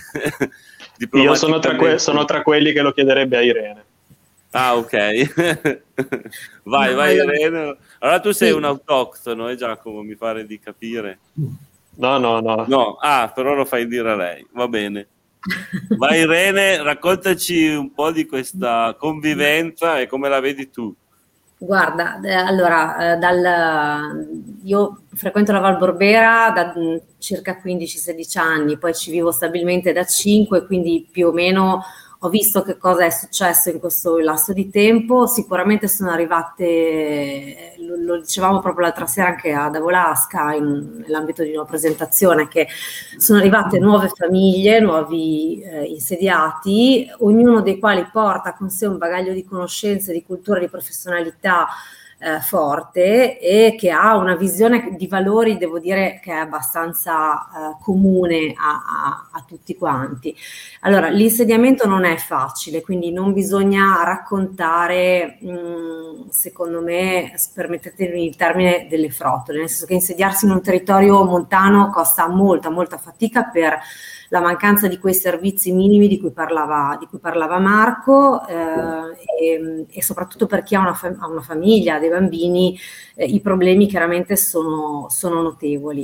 io sono tra, que- sono tra quelli che lo chiederebbe a Irene. Ah, ok. Vai, no, vai io... Irene. Allora tu sei sì. un autoctono, eh, Giacomo, mi pare di capire. No, no, no. No, ah, però lo fai dire a lei, va bene. Vai Irene, raccontaci un po' di questa convivenza e come la vedi tu. Guarda, eh, allora, eh, dal, io frequento la Val Borbera da mh, circa quindici sedici anni, poi ci vivo stabilmente da cinque, quindi più o meno ho visto che cosa è successo in questo lasso di tempo. Sicuramente sono arrivate, lo, lo dicevamo proprio l'altra sera anche ad Avolasca, in, nell'ambito di una presentazione, che sono arrivate nuove famiglie, nuovi eh, insediati, ognuno dei quali porta con sé un bagaglio di conoscenze, di cultura, di professionalità eh, forte, e che ha una visione di valori, devo dire, che è abbastanza eh, comune a, a, a tutti quanti. Allora, l'insediamento non è facile, quindi non bisogna raccontare, mh, secondo me, permettetemi il termine, delle frottole, nel senso che insediarsi in un territorio montano costa molta, molta fatica per la mancanza di quei servizi minimi di cui parlava, di cui parlava Marco, eh, e, e soprattutto per chi ha una, fam- ha una famiglia, ha dei bambini, eh, i problemi chiaramente sono, sono notevoli.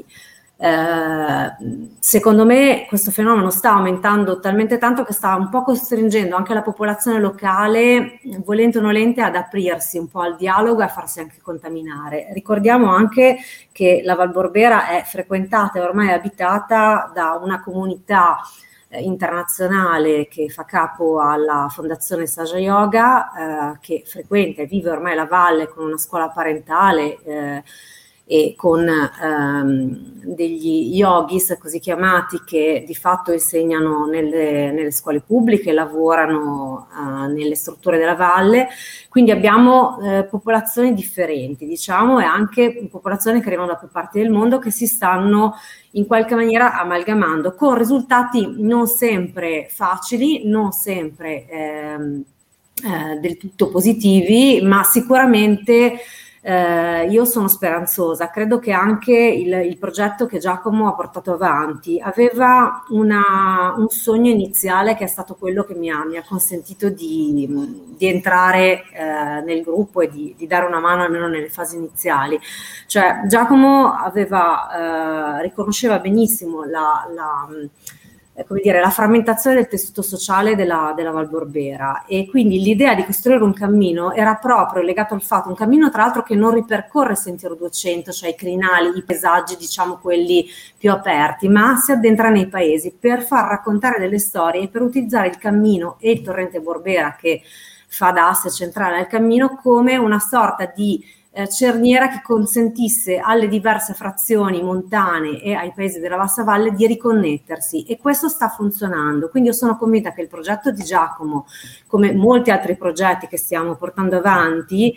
Eh, secondo me questo fenomeno sta aumentando talmente tanto che sta un po' costringendo anche la popolazione locale, volente o nolente, ad aprirsi un po' al dialogo e a farsi anche contaminare. Ricordiamo anche che la Val Borbera è frequentata e ormai abitata da una comunità eh, internazionale che fa capo alla Fondazione Saja Yoga, eh, che frequenta e vive ormai la valle con una scuola parentale eh, e con ehm, degli yogis così chiamati, che di fatto insegnano nelle, nelle scuole pubbliche, lavorano eh, nelle strutture della valle, quindi abbiamo eh, popolazioni differenti, diciamo, e anche popolazioni che arrivano da più parti del mondo, che si stanno in qualche maniera amalgamando, con risultati non sempre facili, non sempre ehm, eh, del tutto positivi, ma sicuramente Eh, io sono speranzosa. Credo che anche il, il progetto che Giacomo ha portato avanti aveva una, un sogno iniziale, che è stato quello che mi ha, mi ha consentito di, di entrare eh, nel gruppo e di, di dare una mano almeno nelle fasi iniziali. Cioè Giacomo aveva, eh, riconosceva benissimo la, la come dire, la frammentazione del tessuto sociale della, della Val Borbera, e quindi l'idea di costruire un cammino era proprio legato al fatto, un cammino tra l'altro che non ripercorre il Sentiero duecento, cioè i crinali, i paesaggi, diciamo quelli più aperti, ma si addentra nei paesi per far raccontare delle storie e per utilizzare il cammino e il torrente Borbera, che fa da asse centrale al cammino, come una sorta di Eh, cerniera che consentisse alle diverse frazioni montane e ai paesi della bassa valle di riconnettersi, e questo sta funzionando. Quindi io sono convinta che il progetto di Giacomo, come molti altri progetti che stiamo portando avanti,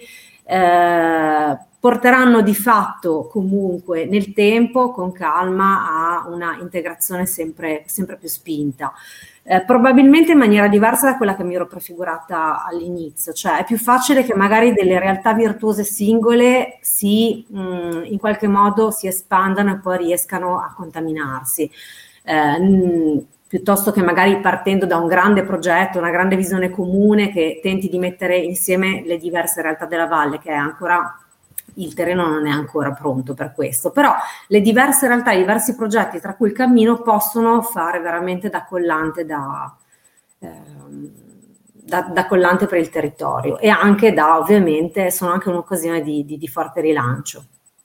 eh, porteranno di fatto comunque nel tempo, con calma, a una integrazione sempre, sempre più spinta. Eh, probabilmente in maniera diversa da quella che mi ero prefigurata all'inizio, cioè è più facile che magari delle realtà virtuose singole si mh, in qualche modo si espandano e poi riescano a contaminarsi. Eh, mh, piuttosto che magari partendo da un grande progetto, una grande visione comune che tenti di mettere insieme le diverse realtà della valle, che è ancora, il terreno non è ancora pronto per questo, però le diverse realtà, i diversi progetti, tra cui il cammino, possono fare veramente da collante, da, ehm, da, da collante per il territorio, e anche da, ovviamente, sono anche un'occasione di, di, di forte rilancio.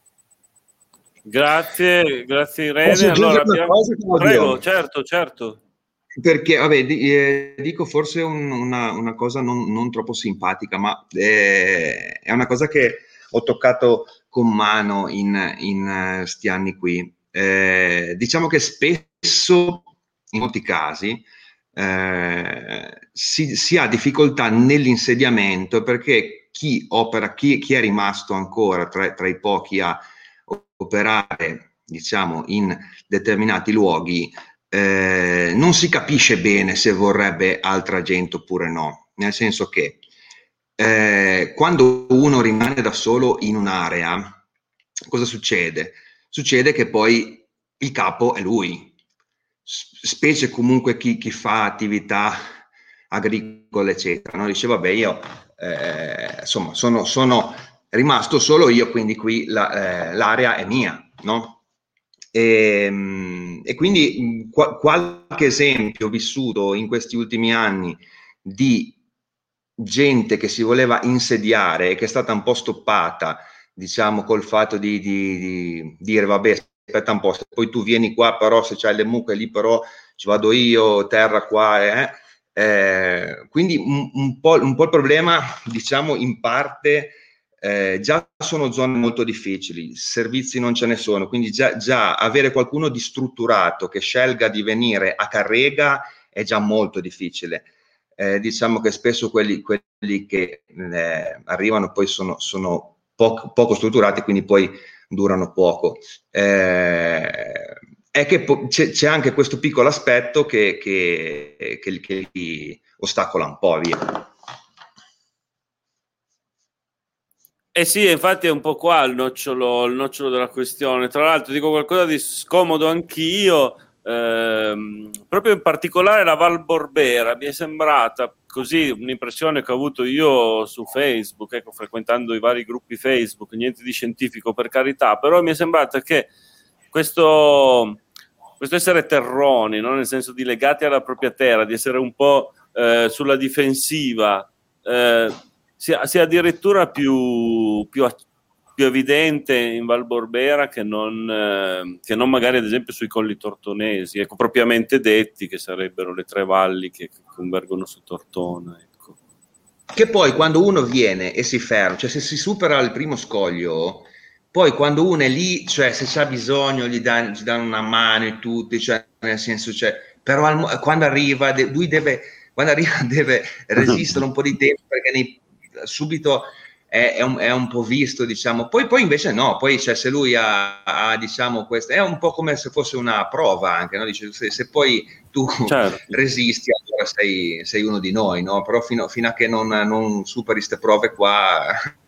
Grazie, grazie Irene. Posso aggiungere Allora, una abbiamo... cosa, Claudio? Prego, certo, certo. Perché, vabbè, di, eh, dico forse un, una, una cosa non, non troppo simpatica, ma eh, è una cosa che ho toccato con mano in, in uh, sti anni qui. Eh, diciamo che spesso, in molti casi, eh, si, si ha difficoltà nell'insediamento, perché chi opera, chi, chi è rimasto ancora tra, tra i pochi a operare, diciamo, in determinati luoghi, Eh, non si capisce bene se vorrebbe altra gente oppure no, nel senso che eh, quando uno rimane da solo in un'area, cosa succede? Succede che poi il capo è lui, specie comunque chi, chi fa attività agricole, eccetera, no? Dice, vabbè, io eh, insomma sono, sono rimasto solo io, quindi qui la, eh, l'area è mia, no? E, e quindi qu- qualche esempio vissuto in questi ultimi anni di gente che si voleva insediare e che è stata un po' stoppata, diciamo, col fatto di, di, di dire vabbè, aspetta un po', se poi tu vieni qua, però se c'hai le mucche lì, però ci vado io, terra qua, eh. Eh, quindi un, un, po', un po' il problema, diciamo, in parte Eh, già sono zone molto difficili, servizi non ce ne sono, quindi già, già avere qualcuno di strutturato che scelga di venire a carrega è già molto difficile. Eh, diciamo che spesso quelli, quelli che eh, arrivano poi sono, sono poco, poco strutturati, quindi poi durano poco. Eh, è che po- c'è, c'è anche questo piccolo aspetto che, che, che, che li ostacola un po', via. Eh sì, infatti è un po' qua il nocciolo, il nocciolo della questione. Tra l'altro dico qualcosa di scomodo anch'io, ehm, proprio in particolare la Val Borbera mi è sembrata così un'impressione che ho avuto io su Facebook, ecco, frequentando i vari gruppi Facebook, niente di scientifico per carità, però mi è sembrata che questo, questo essere terroni, no? Nel senso di legati alla propria terra, di essere un po' eh, sulla difensiva, eh, sia, sia addirittura più, più, più evidente in Val Borbera che non, eh, che non magari ad esempio sui Colli Tortonesi, ecco, propriamente detti, che sarebbero le tre valli che, che convergono su Tortona, ecco. Che poi quando uno viene e si ferma, cioè se si supera il primo scoglio, poi quando uno è lì, cioè se c'ha bisogno gli danno, gli danno una mano e tutti, cioè nel senso, cioè, però al, quando arriva, de, lui deve, quando arriva deve resistere un po' di tempo, perché nei, subito è, è, un, è un po' visto, diciamo. Poi, poi invece no, poi cioè, se lui ha, ha, diciamo, questo, è un po' come se fosse una prova anche, no? Dice, se, se poi tu certo. resisti, allora sei, sei uno di noi, no? Però fino, fino a che non, non superi queste prove qua...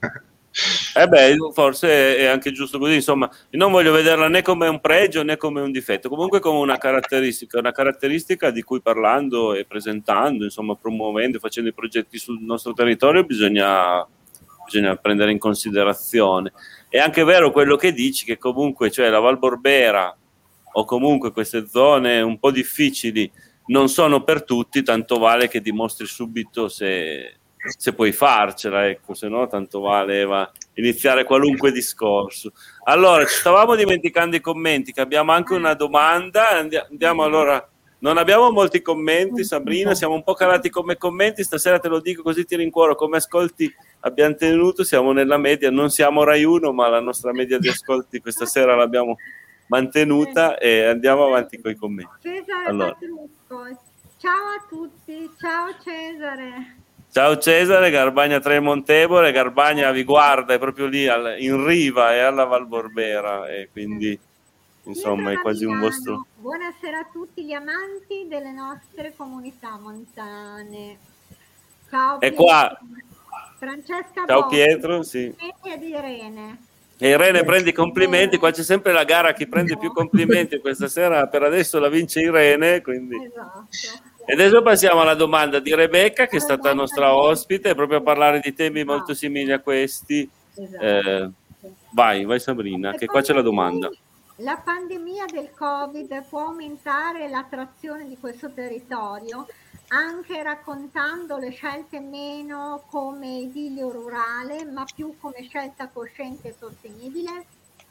Eh beh, forse è anche giusto così, insomma, non voglio vederla né come un pregio né come un difetto, comunque come una caratteristica, una caratteristica di cui parlando e presentando, insomma, promuovendo, facendo i progetti sul nostro territorio bisogna, bisogna prendere in considerazione. È anche vero quello che dici, che comunque, cioè, la Val Borbera o comunque queste zone un po' difficili non sono per tutti, tanto vale che dimostri subito se... se puoi farcela, ecco, se no tanto valeva iniziare qualunque discorso. Allora, ci stavamo dimenticando i commenti, che abbiamo anche una domanda, andiamo allora, non abbiamo molti commenti, Sabrina, siamo un po' calati come commenti, stasera te lo dico così ti rincuoro, come ascolti abbiamo tenuto, siamo nella media, non siamo Rai uno, ma la nostra media di ascolti questa sera l'abbiamo mantenuta e andiamo avanti con i commenti. Cesare allora. Patrusco, ciao a tutti, ciao Cesare. Ciao Cesare, Garbagna tre Montevole, Garbagna vi guarda, è proprio lì al, in riva, è alla Val Borbera e quindi insomma è quasi un vostro... Buonasera a tutti gli amanti delle nostre comunità montane. Ciao e Pietro. qua Francesca ciao Bocchi, Pietro, sì. ed Irene. E Irene prende i complimenti, qua c'è sempre la gara chi prende più complimenti, questa sera per adesso la vince Irene, quindi... Esatto. E adesso passiamo alla domanda di Rebecca, che è stata nostra ospite, proprio a parlare di temi molto simili a questi. Esatto. Eh, vai, vai Sabrina, che qua c'è la domanda. La pandemia del Covid può aumentare l'attrazione di questo territorio, anche raccontando le scelte meno come idillio rurale, ma più come scelta cosciente e sostenibile?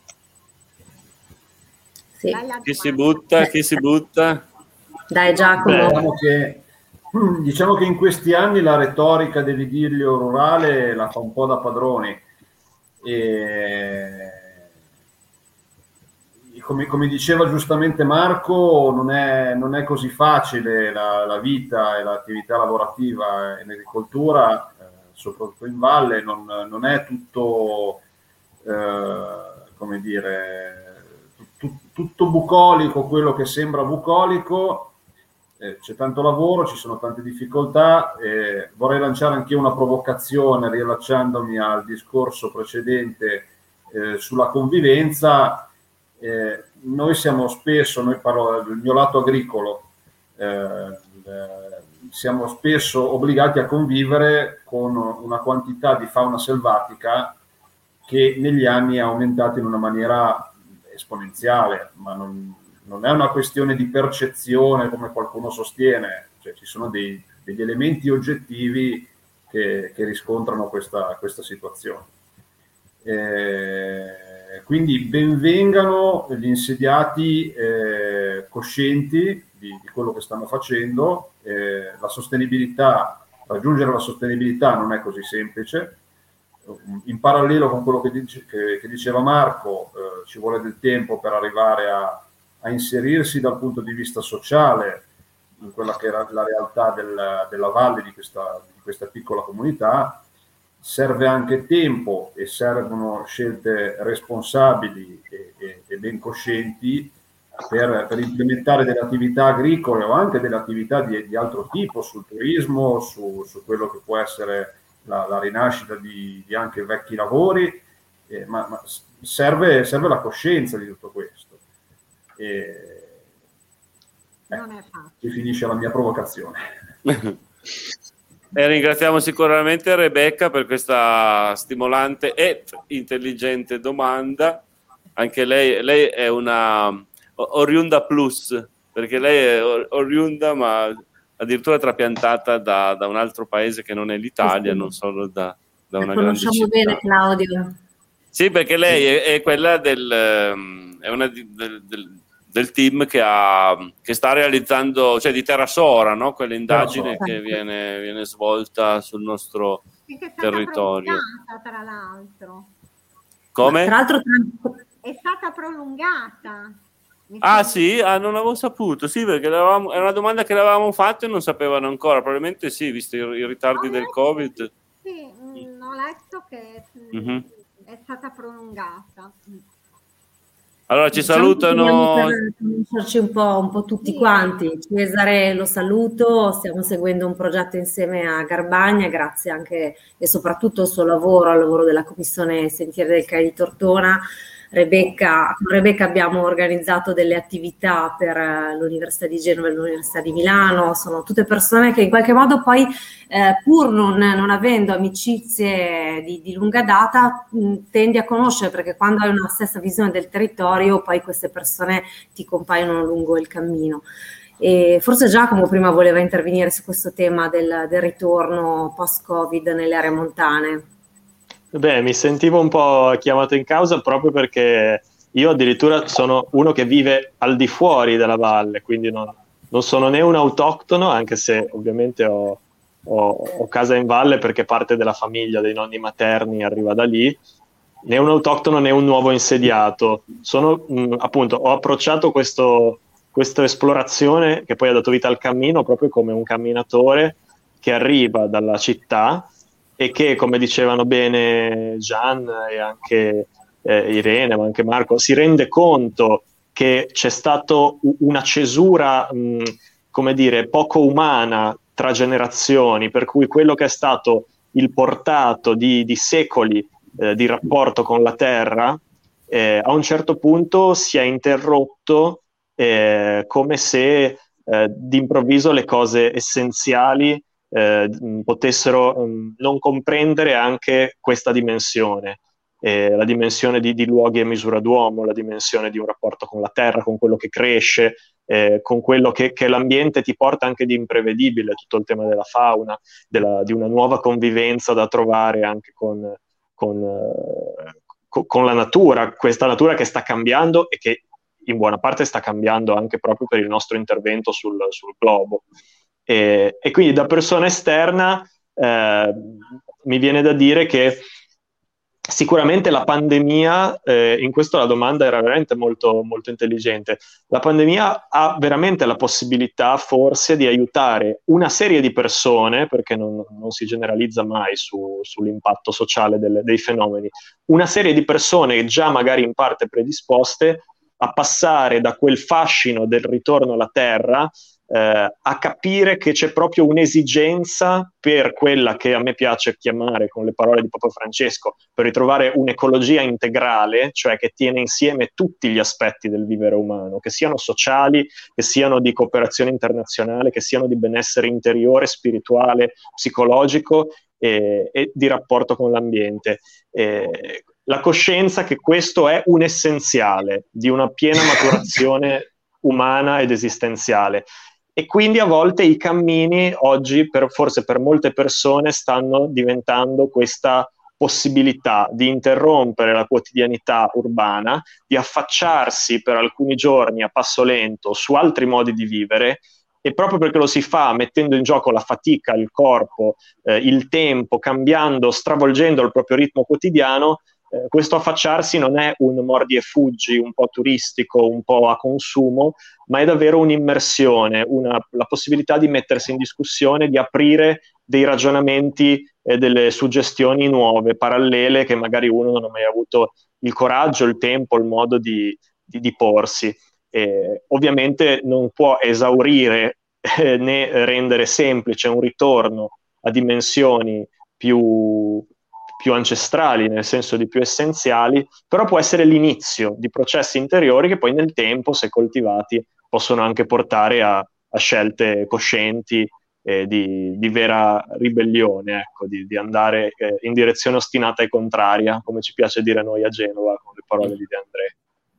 Sì. Chi si butta, chi si butta? Dai Giacomo. Beh, diciamo, che, diciamo che in questi anni la retorica dell'idillio rurale la fa un po' da padroni. E come, come diceva giustamente Marco, non è, non è così facile la, la vita e l'attività lavorativa in agricoltura, eh, soprattutto in valle, non, non è tutto, eh, come dire, tu, tutto bucolico quello che sembra bucolico. Eh, c'è tanto lavoro, ci sono tante difficoltà. Eh, vorrei lanciare anche una provocazione riallacciandomi al discorso precedente eh, sulla convivenza. Eh, noi siamo spesso, noi parlo del mio lato agricolo, eh, eh, siamo spesso obbligati a convivere con una quantità di fauna selvatica che negli anni è aumentata in una maniera esponenziale, ma non, non è una questione di percezione come qualcuno sostiene, cioè ci sono dei, degli elementi oggettivi che, che riscontrano questa, questa situazione. Eh, quindi benvengano gli insediati eh, coscienti di, di quello che stanno facendo. Eh, la sostenibilità, raggiungere la sostenibilità non è così semplice. In parallelo con quello che, dice, che, che diceva Marco, eh, ci vuole del tempo per arrivare a, a inserirsi dal punto di vista sociale in quella che era la realtà del, della valle di questa, di questa piccola comunità. Serve anche tempo e servono scelte responsabili e, e, e ben coscienti per, per implementare delle attività agricole o anche delle attività di, di altro tipo, sul turismo, su, su quello che può essere la, la rinascita di, di anche vecchi lavori, eh, ma, ma serve, serve la coscienza di tutto questo. E, eh, non è facile. Qui finisce la mia provocazione. E ringraziamo sicuramente Rebecca per questa stimolante e intelligente domanda. Anche lei, lei è una oriunda plus, perché lei è oriunda ma addirittura trapiantata da, da un altro paese che non è l'Italia, sì, non solo da, da una grande città. Conosciamo bene Claudio. Sì, perché lei è, è quella del, è una di, del, del del team che, ha, che sta realizzando, cioè di Terrasora, no? Quell'indagine che viene, viene svolta sul nostro territorio. Tra l'altro. Come? Tra l'altro è stata prolungata. Ah sì? Ah, non avevo saputo, sì, perché è una domanda che l'avevamo fatto e non sapevano ancora, probabilmente sì, visto i, i ritardi ho del letto, Covid. Sì, mh, ho letto che mh, mm-hmm. è stata prolungata. Allora ci salutano. Per conoscerci un po', un po' tutti quanti. Cesare lo saluto, stiamo seguendo un progetto insieme a Garbagna, grazie anche e soprattutto al suo lavoro, al lavoro della Commissione Sentieri del Caio di Tortona. Rebecca, con Rebecca abbiamo organizzato delle attività per l'Università di Genova e l'Università di Milano, sono tutte persone che in qualche modo poi eh, pur non, non avendo amicizie di, di lunga data mh, tendi a conoscere, perché quando hai una stessa visione del territorio poi queste persone ti compaiono lungo il cammino. E forse Giacomo prima voleva intervenire su questo tema del, del ritorno post-Covid nelle aree montane. Beh, mi sentivo un po' chiamato in causa proprio perché io addirittura sono uno che vive al di fuori della valle, quindi non, non sono né un autoctono, anche se ovviamente ho, ho, ho casa in valle perché parte della famiglia dei nonni materni arriva da lì, né un autoctono né un nuovo insediato. Sono mh, appunto, ho approcciato questo, questa esplorazione che poi ha dato vita al cammino proprio come un camminatore che arriva dalla città e che, come dicevano bene Gian e anche eh, Irene, ma anche Marco, si rende conto che c'è stata una cesura, mh, come dire, poco umana tra generazioni, per cui quello che è stato il portato di, di secoli eh, di rapporto con la Terra, eh, a un certo punto si è interrotto, eh, come se eh, d'improvviso le cose essenziali eh, potessero mh, non comprendere anche questa dimensione, eh, la dimensione di, di luoghi a misura d'uomo, la dimensione di un rapporto con la Terra, con quello che cresce, eh, con quello che, che l'ambiente ti porta anche di imprevedibile, tutto il tema della fauna, della, di una nuova convivenza da trovare anche con, con, eh, co, con la natura, questa natura che sta cambiando e che in buona parte sta cambiando anche proprio per il nostro intervento sul, sul globo. E, e quindi da persona esterna eh, mi viene da dire che sicuramente la pandemia, eh, in questo la domanda era veramente molto, molto intelligente, la pandemia ha veramente la possibilità forse di aiutare una serie di persone, perché non, non si generalizza mai su, sull'impatto sociale delle, dei fenomeni, una serie di persone già magari in parte predisposte a passare da quel fascino del ritorno alla Terra eh, a capire che c'è proprio un'esigenza per quella che a me piace chiamare, con le parole di Papa Francesco, per ritrovare un'ecologia integrale, cioè che tiene insieme tutti gli aspetti del vivere umano, che siano sociali, che siano di cooperazione internazionale, che siano di benessere interiore, spirituale, psicologico e, e di rapporto con l'ambiente. E, la coscienza che questo è un essenziale di una piena maturazione umana ed esistenziale. E quindi a volte i cammini oggi, per, forse per molte persone, stanno diventando questa possibilità di interrompere la quotidianità urbana, di affacciarsi per alcuni giorni a passo lento su altri modi di vivere, e proprio perché lo si fa mettendo in gioco la fatica, il corpo, eh, il tempo, cambiando, stravolgendo il proprio ritmo quotidiano, eh, questo affacciarsi non è un mordi e fuggi un po' turistico, un po' a consumo, ma è davvero un'immersione, una, la possibilità di mettersi in discussione, di aprire dei ragionamenti e delle suggestioni nuove, parallele, che magari uno non ha mai avuto il coraggio, il tempo, il modo di, di, di porsi. Eh, ovviamente non può esaurire eh, né rendere semplice un ritorno a dimensioni più, più ancestrali, nel senso di più essenziali, però può essere l'inizio di processi interiori che poi nel tempo, se coltivati, possono anche portare a, a scelte coscienti eh, di, di vera ribellione, ecco, di, di andare eh, in direzione ostinata e contraria, come ci piace dire a noi a Genova, con le parole di De André.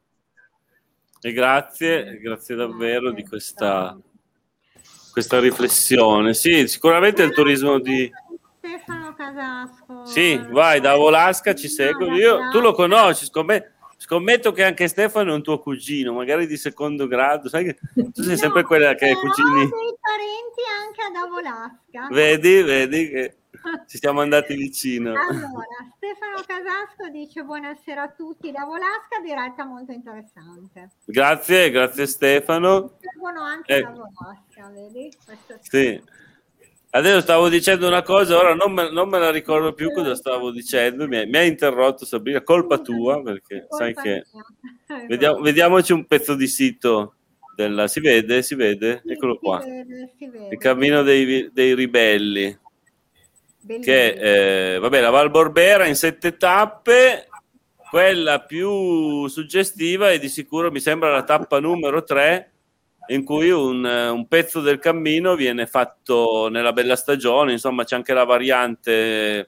E grazie, grazie davvero di questa, questa riflessione. Sì, sicuramente il turismo di... Stefano Casasco. Sì, vai, da Volasca ci seguo. Io, tu lo conosci, scommetto, scommetto che anche Stefano è un tuo cugino, magari di secondo grado. Sai che tu sei sempre No, quella che è però cugini. ho dei parenti anche ad Volasca. Vedi, vedi che ci siamo andati vicino. Allora, Stefano Casasco dice buonasera a tutti da Volasca, diretta molto interessante. Grazie, grazie Stefano. Seguono anche Eh, da Volasca, vedi? Questo sì. Adesso stavo dicendo una cosa, ora non me, non me la ricordo più cosa stavo dicendo, mi hai, mi hai interrotto Sabrina, colpa tua, perché Colpa sai che... mia. Vediamo, vediamoci un pezzo di sito, della, si vede? Si vede? Sì, Eccolo qua. si vede, si vede. Il cammino dei, dei ribelli. Bellissimo. Che, eh, vabbè, la Val Borbera in sette tappe, quella più suggestiva è di sicuro, mi sembra, la tappa numero tre, in cui un, un pezzo del cammino viene fatto nella bella stagione, insomma c'è anche la variante,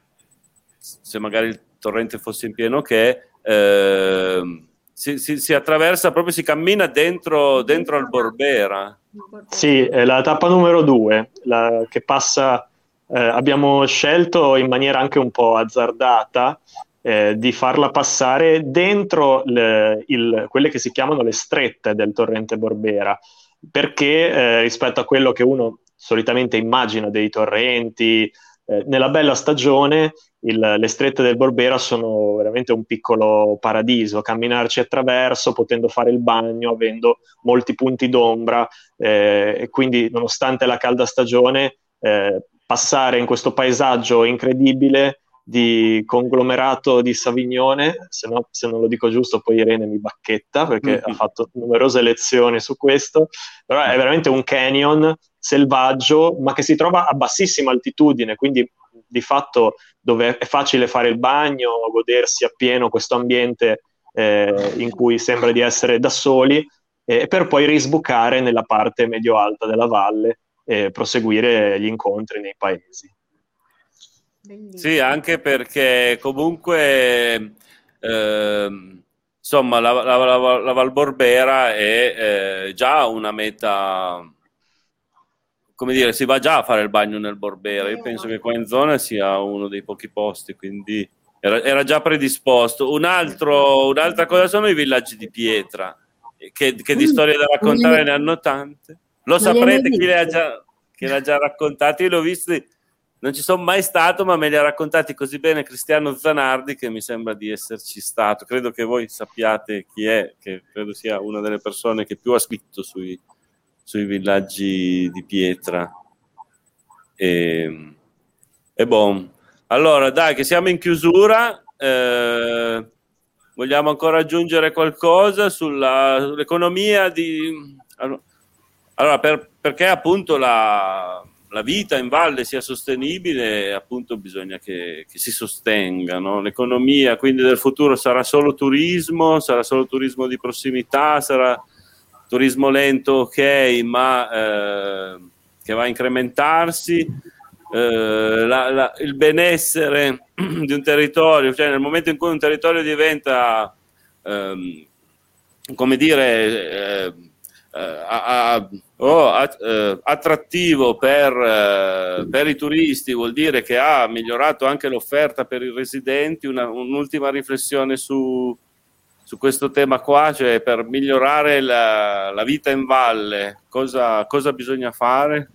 se magari il torrente fosse in pieno, che eh, si, si, si attraversa, proprio si cammina dentro, dentro al Borbera. Sì, è la tappa numero due, la, che passa, eh, abbiamo scelto in maniera anche un po' azzardata eh, di farla passare dentro le, il, quelle che si chiamano le strette del torrente Borbera, perché eh, rispetto a quello che uno solitamente immagina dei torrenti, eh, nella bella stagione il, le strette del Borbera sono veramente un piccolo paradiso, camminarci attraverso, potendo fare il bagno, avendo molti punti d'ombra, eh, e quindi nonostante la calda stagione eh, passare in questo paesaggio incredibile di conglomerato di Savignone, se, no, se non lo dico giusto poi Irene mi bacchetta perché mm-hmm. ha fatto numerose lezioni su questo, però è veramente un canyon selvaggio ma che si trova a bassissima altitudine, quindi di fatto dove è facile fare il bagno, godersi appieno questo ambiente eh, in cui sembra di essere da soli, eh, per poi risbucare nella parte medio-alta della valle e proseguire gli incontri nei paesi. Bellissimo. Sì, anche perché comunque eh, insomma la, la, la, la Val Borbera è eh, già una meta, come dire, si va già a fare il bagno nel Borbera. Io penso che qua in zona sia uno dei pochi posti, quindi era, era già predisposto. Un altro, un'altra cosa sono i villaggi di pietra, che, che di storie da raccontare ne hanno tante. Lo saprete chi le ha già, chi le ha già raccontate. Io l'ho visto, non ci sono mai stato, ma me li ha raccontati così bene Cristiano Zanardi che mi sembra di esserci stato. Credo che voi sappiate chi è, che credo sia una delle persone che più ha scritto sui, sui villaggi di pietra. E, e bon. Allora, dai, che siamo in chiusura. Eh, vogliamo ancora aggiungere qualcosa sulla, sull'economia di... Allora, per, perché appunto la, la vita in valle sia sostenibile, appunto bisogna che, che si sostenga, no? L'economia quindi del futuro sarà solo turismo, sarà solo turismo di prossimità, sarà turismo lento, ok, ma eh, che va a incrementarsi. Eh, la, la, il benessere di un territorio, cioè nel momento in cui un territorio diventa ehm, come dire eh, A, a, oh, a, uh, attrattivo per, uh, per i turisti, vuol dire che ha migliorato anche l'offerta per i residenti. Una, un'ultima riflessione su, su questo tema qua, cioè per migliorare la, la vita in valle cosa, cosa bisogna fare?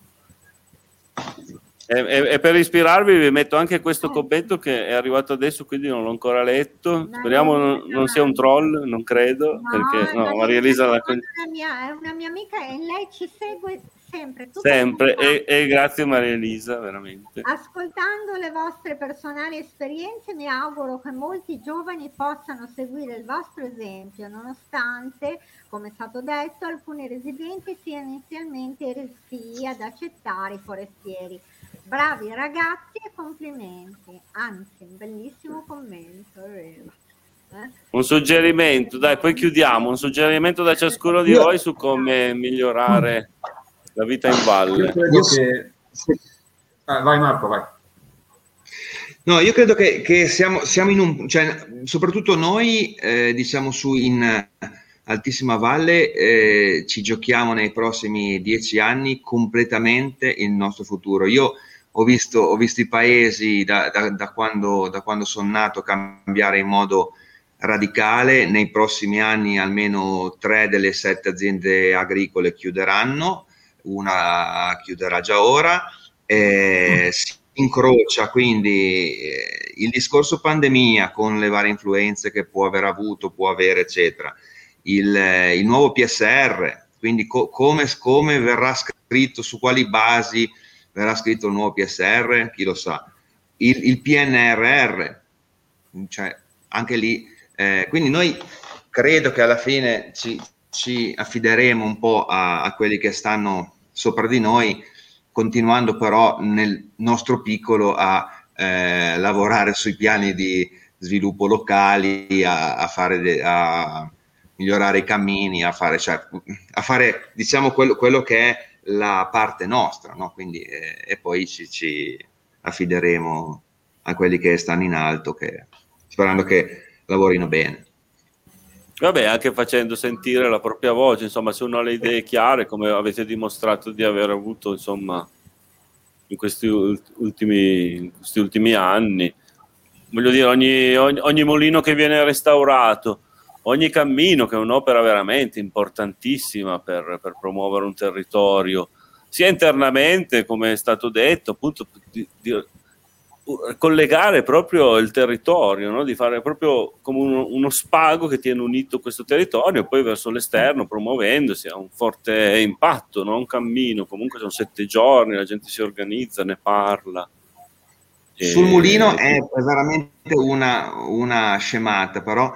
E, e, e per ispirarvi vi metto anche questo commento che è arrivato adesso, quindi non l'ho ancora letto. Speriamo non, non sia un troll, non credo, no, perché no, Maria Elisa la... è, una mia, è una mia amica e lei ci segue sempre. Sempre, e, e grazie Maria Elisa, veramente. Ascoltando le vostre personali esperienze mi auguro che molti giovani possano seguire il vostro esempio, nonostante, come è stato detto, alcuni residenti siano inizialmente restii ad accettare i forestieri. Bravi ragazzi e complimenti, anzi un bellissimo commento, è vero. Eh? Un suggerimento, dai, poi chiudiamo, un suggerimento da ciascuno di voi su come migliorare la vita in valle. Io credo che... ah, vai Marco, vai. No, io credo che, che siamo, siamo in un... cioè, soprattutto noi, eh, diciamo, su in altissima valle, eh, ci giochiamo nei prossimi dieci anni completamente il nostro futuro. Io ho visto, ho visto i paesi da, da, da, quando, da quando sono nato cambiare in modo radicale. Nei prossimi anni almeno tre delle sette aziende agricole chiuderanno, una chiuderà già ora, eh, si incrocia quindi eh, il discorso pandemia con le varie influenze che può aver avuto, può avere eccetera, il, eh, il nuovo P S R, quindi co- come, come verrà scritto, su quali basi verrà scritto il nuovo P S R, chi lo sa, il, il P N R R, cioè anche lì, eh, quindi noi credo che alla fine ci, ci affideremo un po' a, a quelli che stanno sopra di noi, continuando però nel nostro piccolo a eh, lavorare sui piani di sviluppo locali, a, a fare de, a migliorare i cammini, a fare, cioè, a fare diciamo quello, quello che è la parte nostra, no? Quindi, eh, e poi ci, ci affideremo a quelli che stanno in alto, che, sperando che lavorino bene. Vabbè, anche facendo sentire la propria voce, insomma, se uno ha le idee chiare, come avete dimostrato di aver avuto, insomma, in questi ultimi, in questi ultimi anni. Voglio dire, ogni, ogni, ogni mulino che viene restaurato, ogni cammino, che è un'opera veramente importantissima per, per promuovere un territorio, sia internamente, come è stato detto, appunto, di, di collegare proprio il territorio, no? Di fare proprio come uno, uno spago che tiene unito questo territorio e poi verso l'esterno, promuovendosi, ha un forte impatto, no? Un cammino, comunque sono sette giorni, la gente si organizza, ne parla. Sul mulino è veramente una, una scemata, però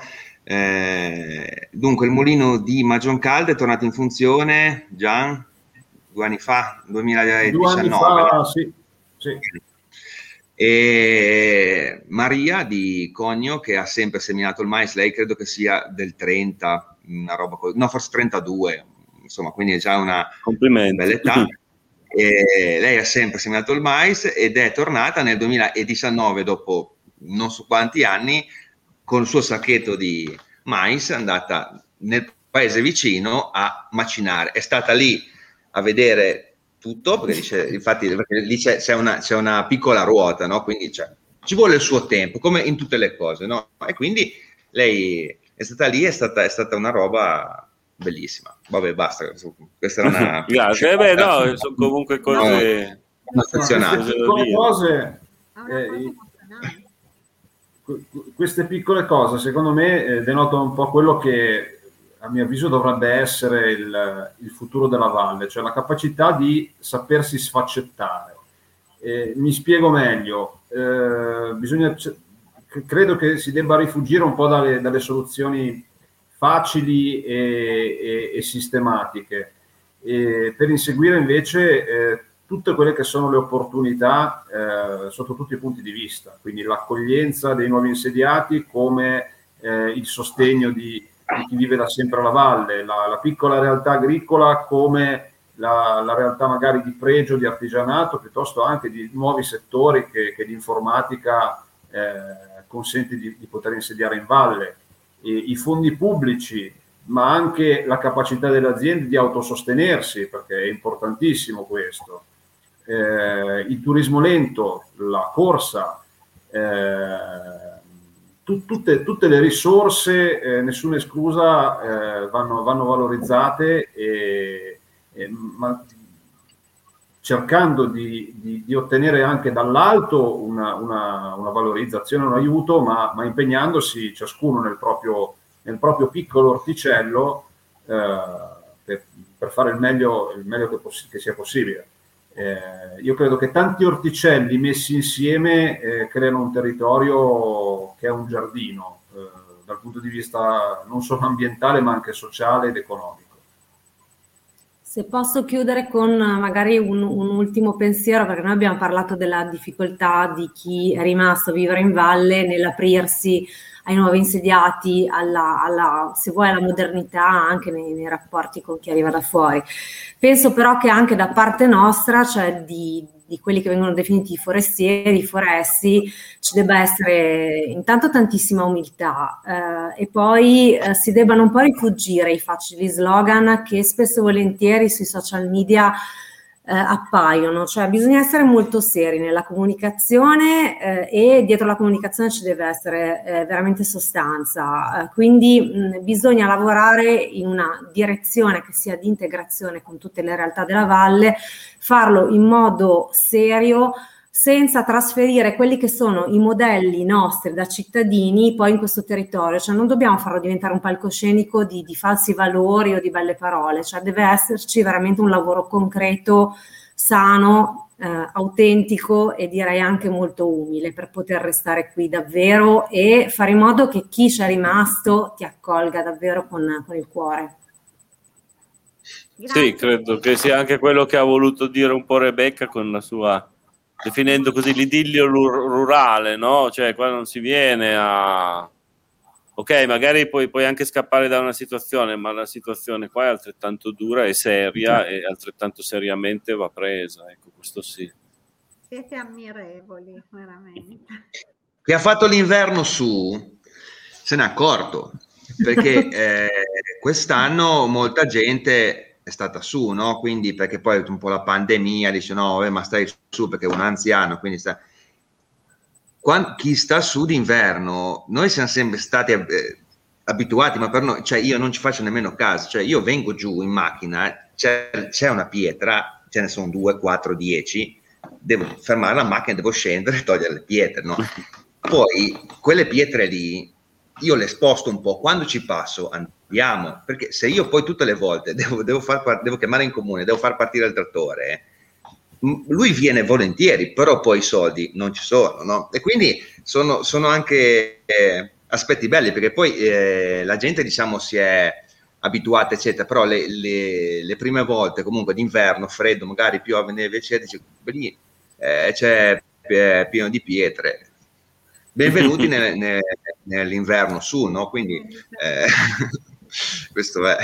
eh, dunque il mulino di Magioncalda è tornato in funzione già due anni fa, duemiladiciannove. Due anni fa, sì, sì. e Maria di Cogno, che ha sempre seminato il mais, lei credo che sia del trenta, una roba così, no, forse trentadue, insomma, quindi è già una bella età. E lei ha sempre seminato il mais ed è tornata nel duemiladiciannove, dopo non so quanti anni, con il suo sacchetto di mais, è andata nel paese vicino a macinare. È stata lì a vedere tutto, perché dice, infatti perché lì c'è, c'è, una, c'è una piccola ruota, no? Quindi cioè, ci vuole il suo tempo, come in tutte le cose, no? E quindi lei è stata lì, è stata, è stata una roba bellissima. Vabbè, basta, questa era una grazie. Eh beh, no, sono comunque cose no, queste piccole cose eh, queste piccole cose secondo me eh, denotano un po' quello che a mio avviso dovrebbe essere il, il futuro della valle, cioè la capacità di sapersi sfaccettare. Eh, mi spiego meglio, eh, bisogna, credo che si debba rifugire un po' dalle, dalle soluzioni facili e, e, e sistematiche, e per inseguire invece eh, tutte quelle che sono le opportunità eh, sotto tutti i punti di vista, quindi l'accoglienza dei nuovi insediati come eh, il sostegno di, di chi vive da sempre alla valle, la, la piccola realtà agricola come la, la realtà magari di pregio, di artigianato, piuttosto anche di nuovi settori che, che l'informatica eh, consente di, di poter insediare in valle. I fondi pubblici, ma anche la capacità delle aziende di autosostenersi, perché è importantissimo questo, eh, il turismo lento, la corsa, eh, tu, tutte, tutte le risorse, eh, nessuna esclusa, eh, vanno, vanno valorizzate e, e ma, cercando di, di, di ottenere anche dall'alto una, una, una valorizzazione, un aiuto, ma, ma impegnandosi ciascuno nel proprio, nel proprio piccolo orticello eh, per, per fare il meglio, il meglio che, poss- che sia possibile. Eh, io credo che tanti orticelli messi insieme eh, creano un territorio che è un giardino, eh, dal punto di vista non solo ambientale, ma anche sociale ed economico. Se posso chiudere con magari un, un ultimo pensiero, perché noi abbiamo parlato della difficoltà di chi è rimasto a vivere in valle nell'aprirsi ai nuovi insediati, alla, alla, se vuoi alla modernità anche nei, nei rapporti con chi arriva da fuori. Penso però che anche da parte nostra, cioè di, di quelli che vengono definiti i forestieri, i foresti, ci debba essere intanto tantissima umiltà eh, e poi eh, si debbano un po' rifugire i facili slogan che spesso e volentieri sui social media eh, appaiono, cioè bisogna essere molto seri nella comunicazione eh, e dietro la comunicazione ci deve essere eh, veramente sostanza, eh, quindi mh, bisogna lavorare in una direzione che sia di integrazione con tutte le realtà della valle, farlo in modo serio, senza trasferire quelli che sono i modelli nostri da cittadini poi in questo territorio, cioè non dobbiamo farlo diventare un palcoscenico di, di falsi valori o di belle parole, cioè deve esserci veramente un lavoro concreto, sano, eh, autentico e direi anche molto umile per poter restare qui davvero e fare in modo che chi ci è rimasto ti accolga davvero con, con il cuore. Grazie. Sì, credo che sia anche quello che ha voluto dire un po' Rebecca con la sua, definendo così l'idillio rurale, no? Cioè qua non si viene a... Ok, magari puoi, puoi anche scappare da una situazione, ma la situazione qua è altrettanto dura e seria e altrettanto seriamente va presa, ecco, questo sì. Siete ammirevoli, veramente. Chi ha fatto l'inverno su se n'è accorto, perché eh, quest'anno molta gente è stata su, no? Quindi perché poi un po' la pandemia dice no, vabbè, ma stai su perché è un anziano, quindi sta... Quando, chi sta su d'inverno, noi siamo sempre stati eh, abituati, ma per noi, cioè io non ci faccio nemmeno caso, cioè io vengo giù in macchina, c'è, c'è una pietra, ce ne sono due, quattro, dieci, devo fermare la macchina, devo scendere e togliere le pietre, no? Poi quelle pietre lì io le sposto un po', quando ci passo andiamo, perché se io poi tutte le volte devo, devo, far, devo chiamare in comune, devo far partire il trattore, lui viene volentieri, però poi i soldi non ci sono, no? E quindi sono, sono anche eh, aspetti belli, perché poi eh, la gente diciamo si è abituata eccetera, però le, le, le prime volte comunque d'inverno, freddo, magari piove, neve eccetera, dice, lì, eh, c'è è pieno di pietre. Benvenuti nel, nel, nell'inverno su, no? Quindi eh, questo è.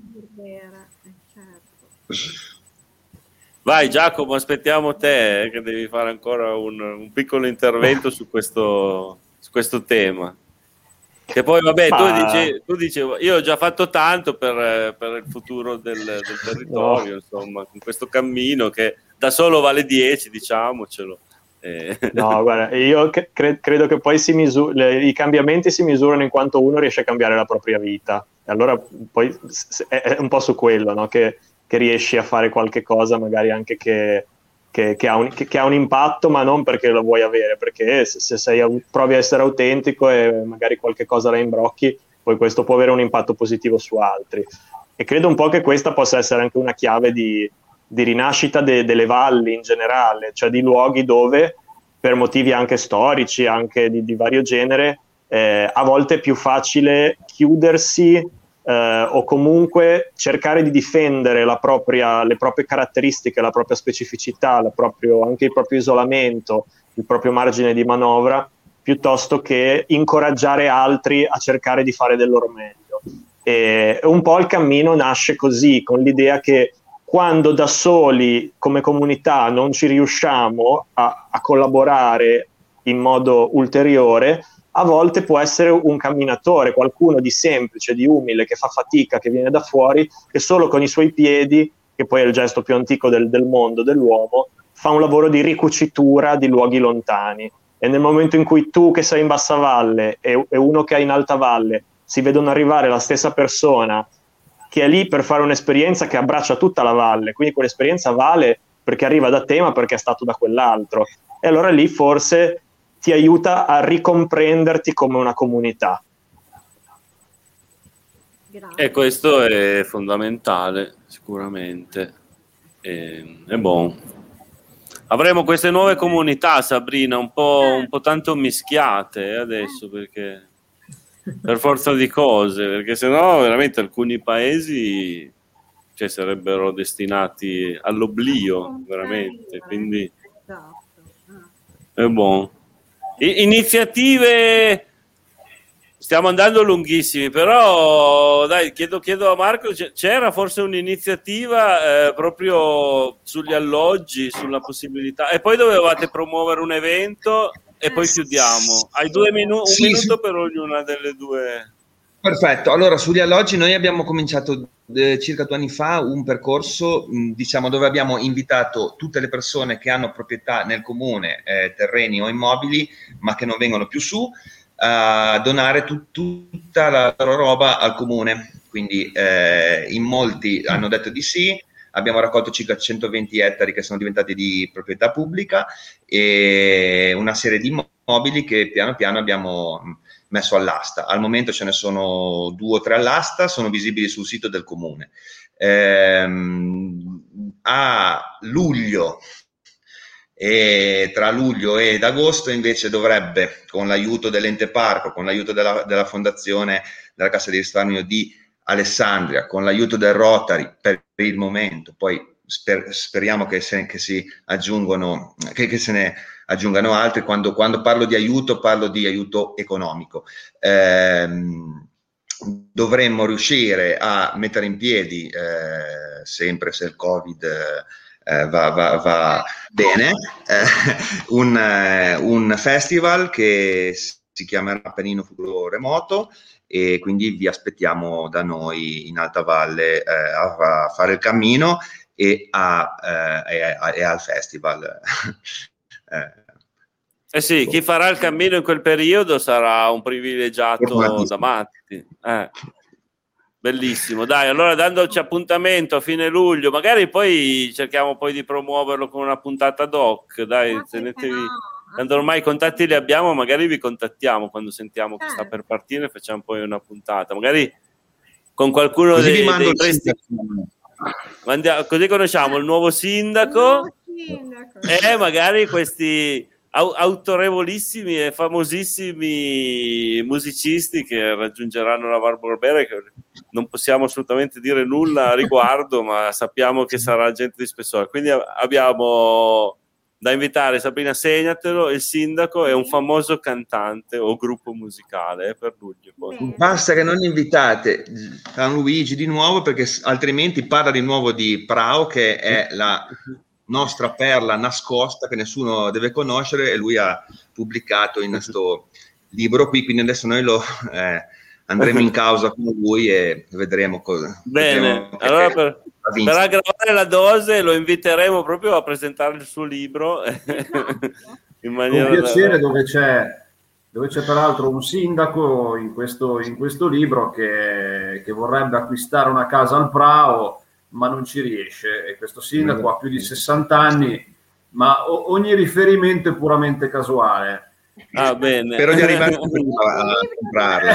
Vai Giacomo, aspettiamo te, eh, che devi fare ancora un, un piccolo intervento su questo, su questo tema. Che poi vabbè, Ma... tu, dici, tu dicevi, io ho già fatto tanto per, per il futuro del, del territorio, no. Insomma, con questo cammino che da solo vale dieci, diciamocelo. Eh. No, guarda, io cre- credo che poi si misu- le, i cambiamenti si misurano in quanto uno riesce a cambiare la propria vita. E allora poi è, è un po' su quello, no? Che, che riesci a fare qualche cosa magari anche che... Che, che, ha un, che, che ha un impatto, ma non perché lo vuoi avere, perché se, se sei, provi a essere autentico e magari qualche cosa la imbrocchi, poi questo può avere un impatto positivo su altri. E credo un po' che questa possa essere anche una chiave di, di rinascita de, delle valli in generale, cioè di luoghi dove, per motivi anche storici, anche di, di vario genere, eh, a volte è più facile chiudersi Uh, o comunque cercare di difendere la propria, le proprie caratteristiche, la propria specificità, la proprio, anche il proprio isolamento, il proprio margine di manovra, piuttosto che incoraggiare altri a cercare di fare del loro meglio. E un po' il cammino nasce così, con l'idea che quando da soli come comunità non ci riusciamo a, a collaborare in modo ulteriore, a volte può essere un camminatore, qualcuno di semplice, di umile, che fa fatica, che viene da fuori, che solo con i suoi piedi, che poi è il gesto più antico del, del mondo, dell'uomo, fa un lavoro di ricucitura di luoghi lontani. E nel momento in cui tu che sei in bassa valle e, e uno che è in alta valle si vedono arrivare la stessa persona che è lì per fare un'esperienza che abbraccia tutta la valle, quindi quell'esperienza vale perché arriva da te ma perché è stato da quell'altro. E allora lì forse ti aiuta a ricomprenderti come una comunità. Grazie. E questo è fondamentale, sicuramente. E, è buono. Avremo queste nuove comunità, Sabrina, un po', un po' tanto mischiate adesso, perché per forza di cose, perché sennò veramente alcuni paesi, cioè, sarebbero destinati all'oblio, veramente. Quindi è buono. Iniziative, stiamo andando lunghissimi, però dai, chiedo, chiedo a Marco, c'era forse un'iniziativa eh, proprio sugli alloggi, sulla possibilità, e poi dovevate promuovere un evento e poi chiudiamo. Hai due minu- un sì, minuto sì. per ognuna delle due. Perfetto, allora sugli alloggi noi abbiamo cominciato eh, circa due anni fa un percorso mh, diciamo dove abbiamo invitato tutte le persone che hanno proprietà nel comune, eh, terreni o immobili ma che non vengono più su, a donare tu, tutta la loro roba al comune, quindi eh, in molti hanno detto di sì, abbiamo raccolto circa centoventi ettari che sono diventati di proprietà pubblica e una serie di immobili che piano piano abbiamo messo all'asta. Al momento ce ne sono due o tre all'asta, sono visibili sul sito del comune. Ehm, a luglio e tra luglio ed agosto invece dovrebbe, con l'aiuto dell'ente parco, con l'aiuto della, della fondazione della Cassa di Risparmio di Alessandria, con l'aiuto del Rotary per il momento, poi sper, speriamo che, se, che si aggiungono, che, che se ne aggiungano altri. Quando, quando parlo di aiuto parlo di aiuto economico. Ehm, dovremmo riuscire a mettere in piedi, eh, sempre se il Covid eh, va, va, va bene, eh, un, eh, un festival che si chiamerà Appennino Futuro Remoto, e quindi vi aspettiamo da noi in Alta Valle eh, a, a fare il cammino e, a, eh, e, a, e al festival. eh. eh sì, chi farà il cammino in quel periodo sarà un privilegiato da matti. Eh. Bellissimo, dai, allora dandoci appuntamento a fine luglio, magari poi cerchiamo poi di promuoverlo con una puntata doc, dai, tenetevi, tanto ormai i contatti li abbiamo, magari vi contattiamo quando sentiamo che sta per partire, facciamo poi una puntata, magari con qualcuno così dei, dei presti... Mandiamo, così conosciamo il nuovo sindaco, il nuovo sindaco. E magari questi autorevolissimi e famosissimi musicisti che raggiungeranno la Val Borbera, che non possiamo assolutamente dire nulla a riguardo, ma sappiamo che sarà gente di spessore. Quindi abbiamo da invitare, Sabrina, segnatelo, il sindaco è un famoso cantante o gruppo musicale eh, per luglio. Poi. Basta che non invitate Gianluigi di nuovo, perché altrimenti parla di nuovo di Prao, che è la nostra perla nascosta che nessuno deve conoscere, e lui ha pubblicato in questo libro qui, quindi adesso noi lo eh, andremo in causa con lui e vedremo cosa. Bene, vedremo allora per, per aggravare la dose lo inviteremo proprio a presentare il suo libro in maniera con piacere, da... dove c'è dove c'è peraltro un sindaco in questo, in questo libro che, che vorrebbe acquistare una casa al Prao, ma non ci riesce, e questo sindaco ha più di sessanta anni, ma o, ogni riferimento è puramente casuale. Ah, bene. Spero di arrivare a comprarla.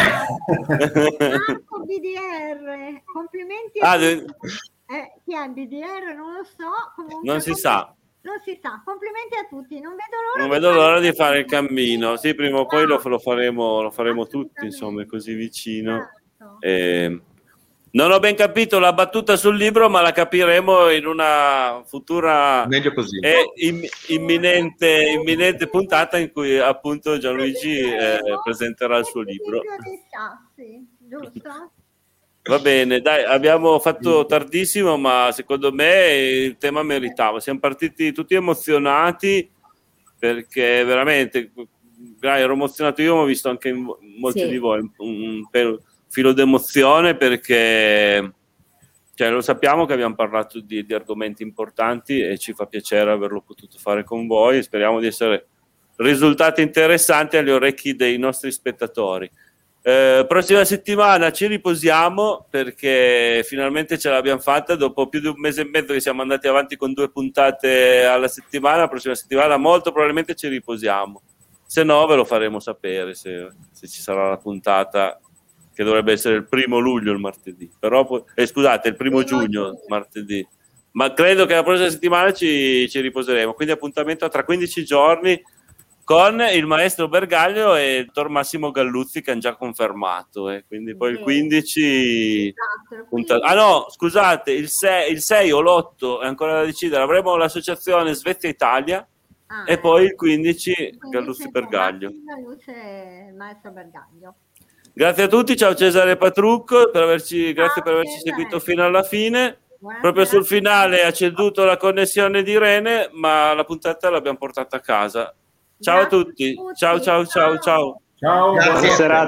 Marco B D R, complimenti a ah, tutti. Eh, chi è B D R? Non lo so. Comunque, non si sa. Non si sa. Complimenti a tutti. Non vedo l'ora, non di, vedo fare l'ora di fare il cammino. Sì, prima o poi lo, lo faremo, lo faremo tutti, insomma, è così vicino. Certo. Eh, non ho ben capito la battuta sul libro, ma la capiremo in una futura meglio così. e im, imminente, imminente puntata in cui appunto Gianluigi eh, presenterà il suo libro. Sì, giusto? Va bene, dai, abbiamo fatto tardissimo, ma secondo me il tema meritava. Siamo partiti tutti emozionati, perché veramente, dai, ero emozionato io, ma ho visto anche in molti sì. di voi un, un, un filo d'emozione, perché cioè, lo sappiamo che abbiamo parlato di, di argomenti importanti e ci fa piacere averlo potuto fare con voi. Speriamo di essere risultati interessanti agli orecchi dei nostri spettatori. Eh, prossima settimana ci riposiamo, perché finalmente ce l'abbiamo fatta dopo più di un mese e mezzo che siamo andati avanti con due puntate alla settimana. La prossima settimana molto probabilmente ci riposiamo, se no ve lo faremo sapere se, se ci sarà la puntata, che dovrebbe essere il primo luglio, il martedì, però eh, scusate, il primo giugno, martedì, ma credo che la prossima settimana ci, ci riposeremo, quindi appuntamento tra quindici giorni con il maestro Bergaglio e il dottor Massimo Galluzzi, che hanno già confermato, eh. Quindi poi il quindici, esatto, punta... ah no, scusate, il sei, il sei o l'otto è ancora da decidere, avremo l'associazione Svezia Italia, ah, e poi il quindici, quindici Galluzzi Bergaglio. Galluzzi e maestro Bergaglio. Grazie a tutti, ciao Cesare Patrucco, per averci, grazie per averci seguito fino alla fine. Buona Proprio sul finale ha ceduto la connessione di Irene, ma la puntata l'abbiamo portata a casa. Ciao a tutti, ciao ciao ciao ciao. Ciao, buona serata.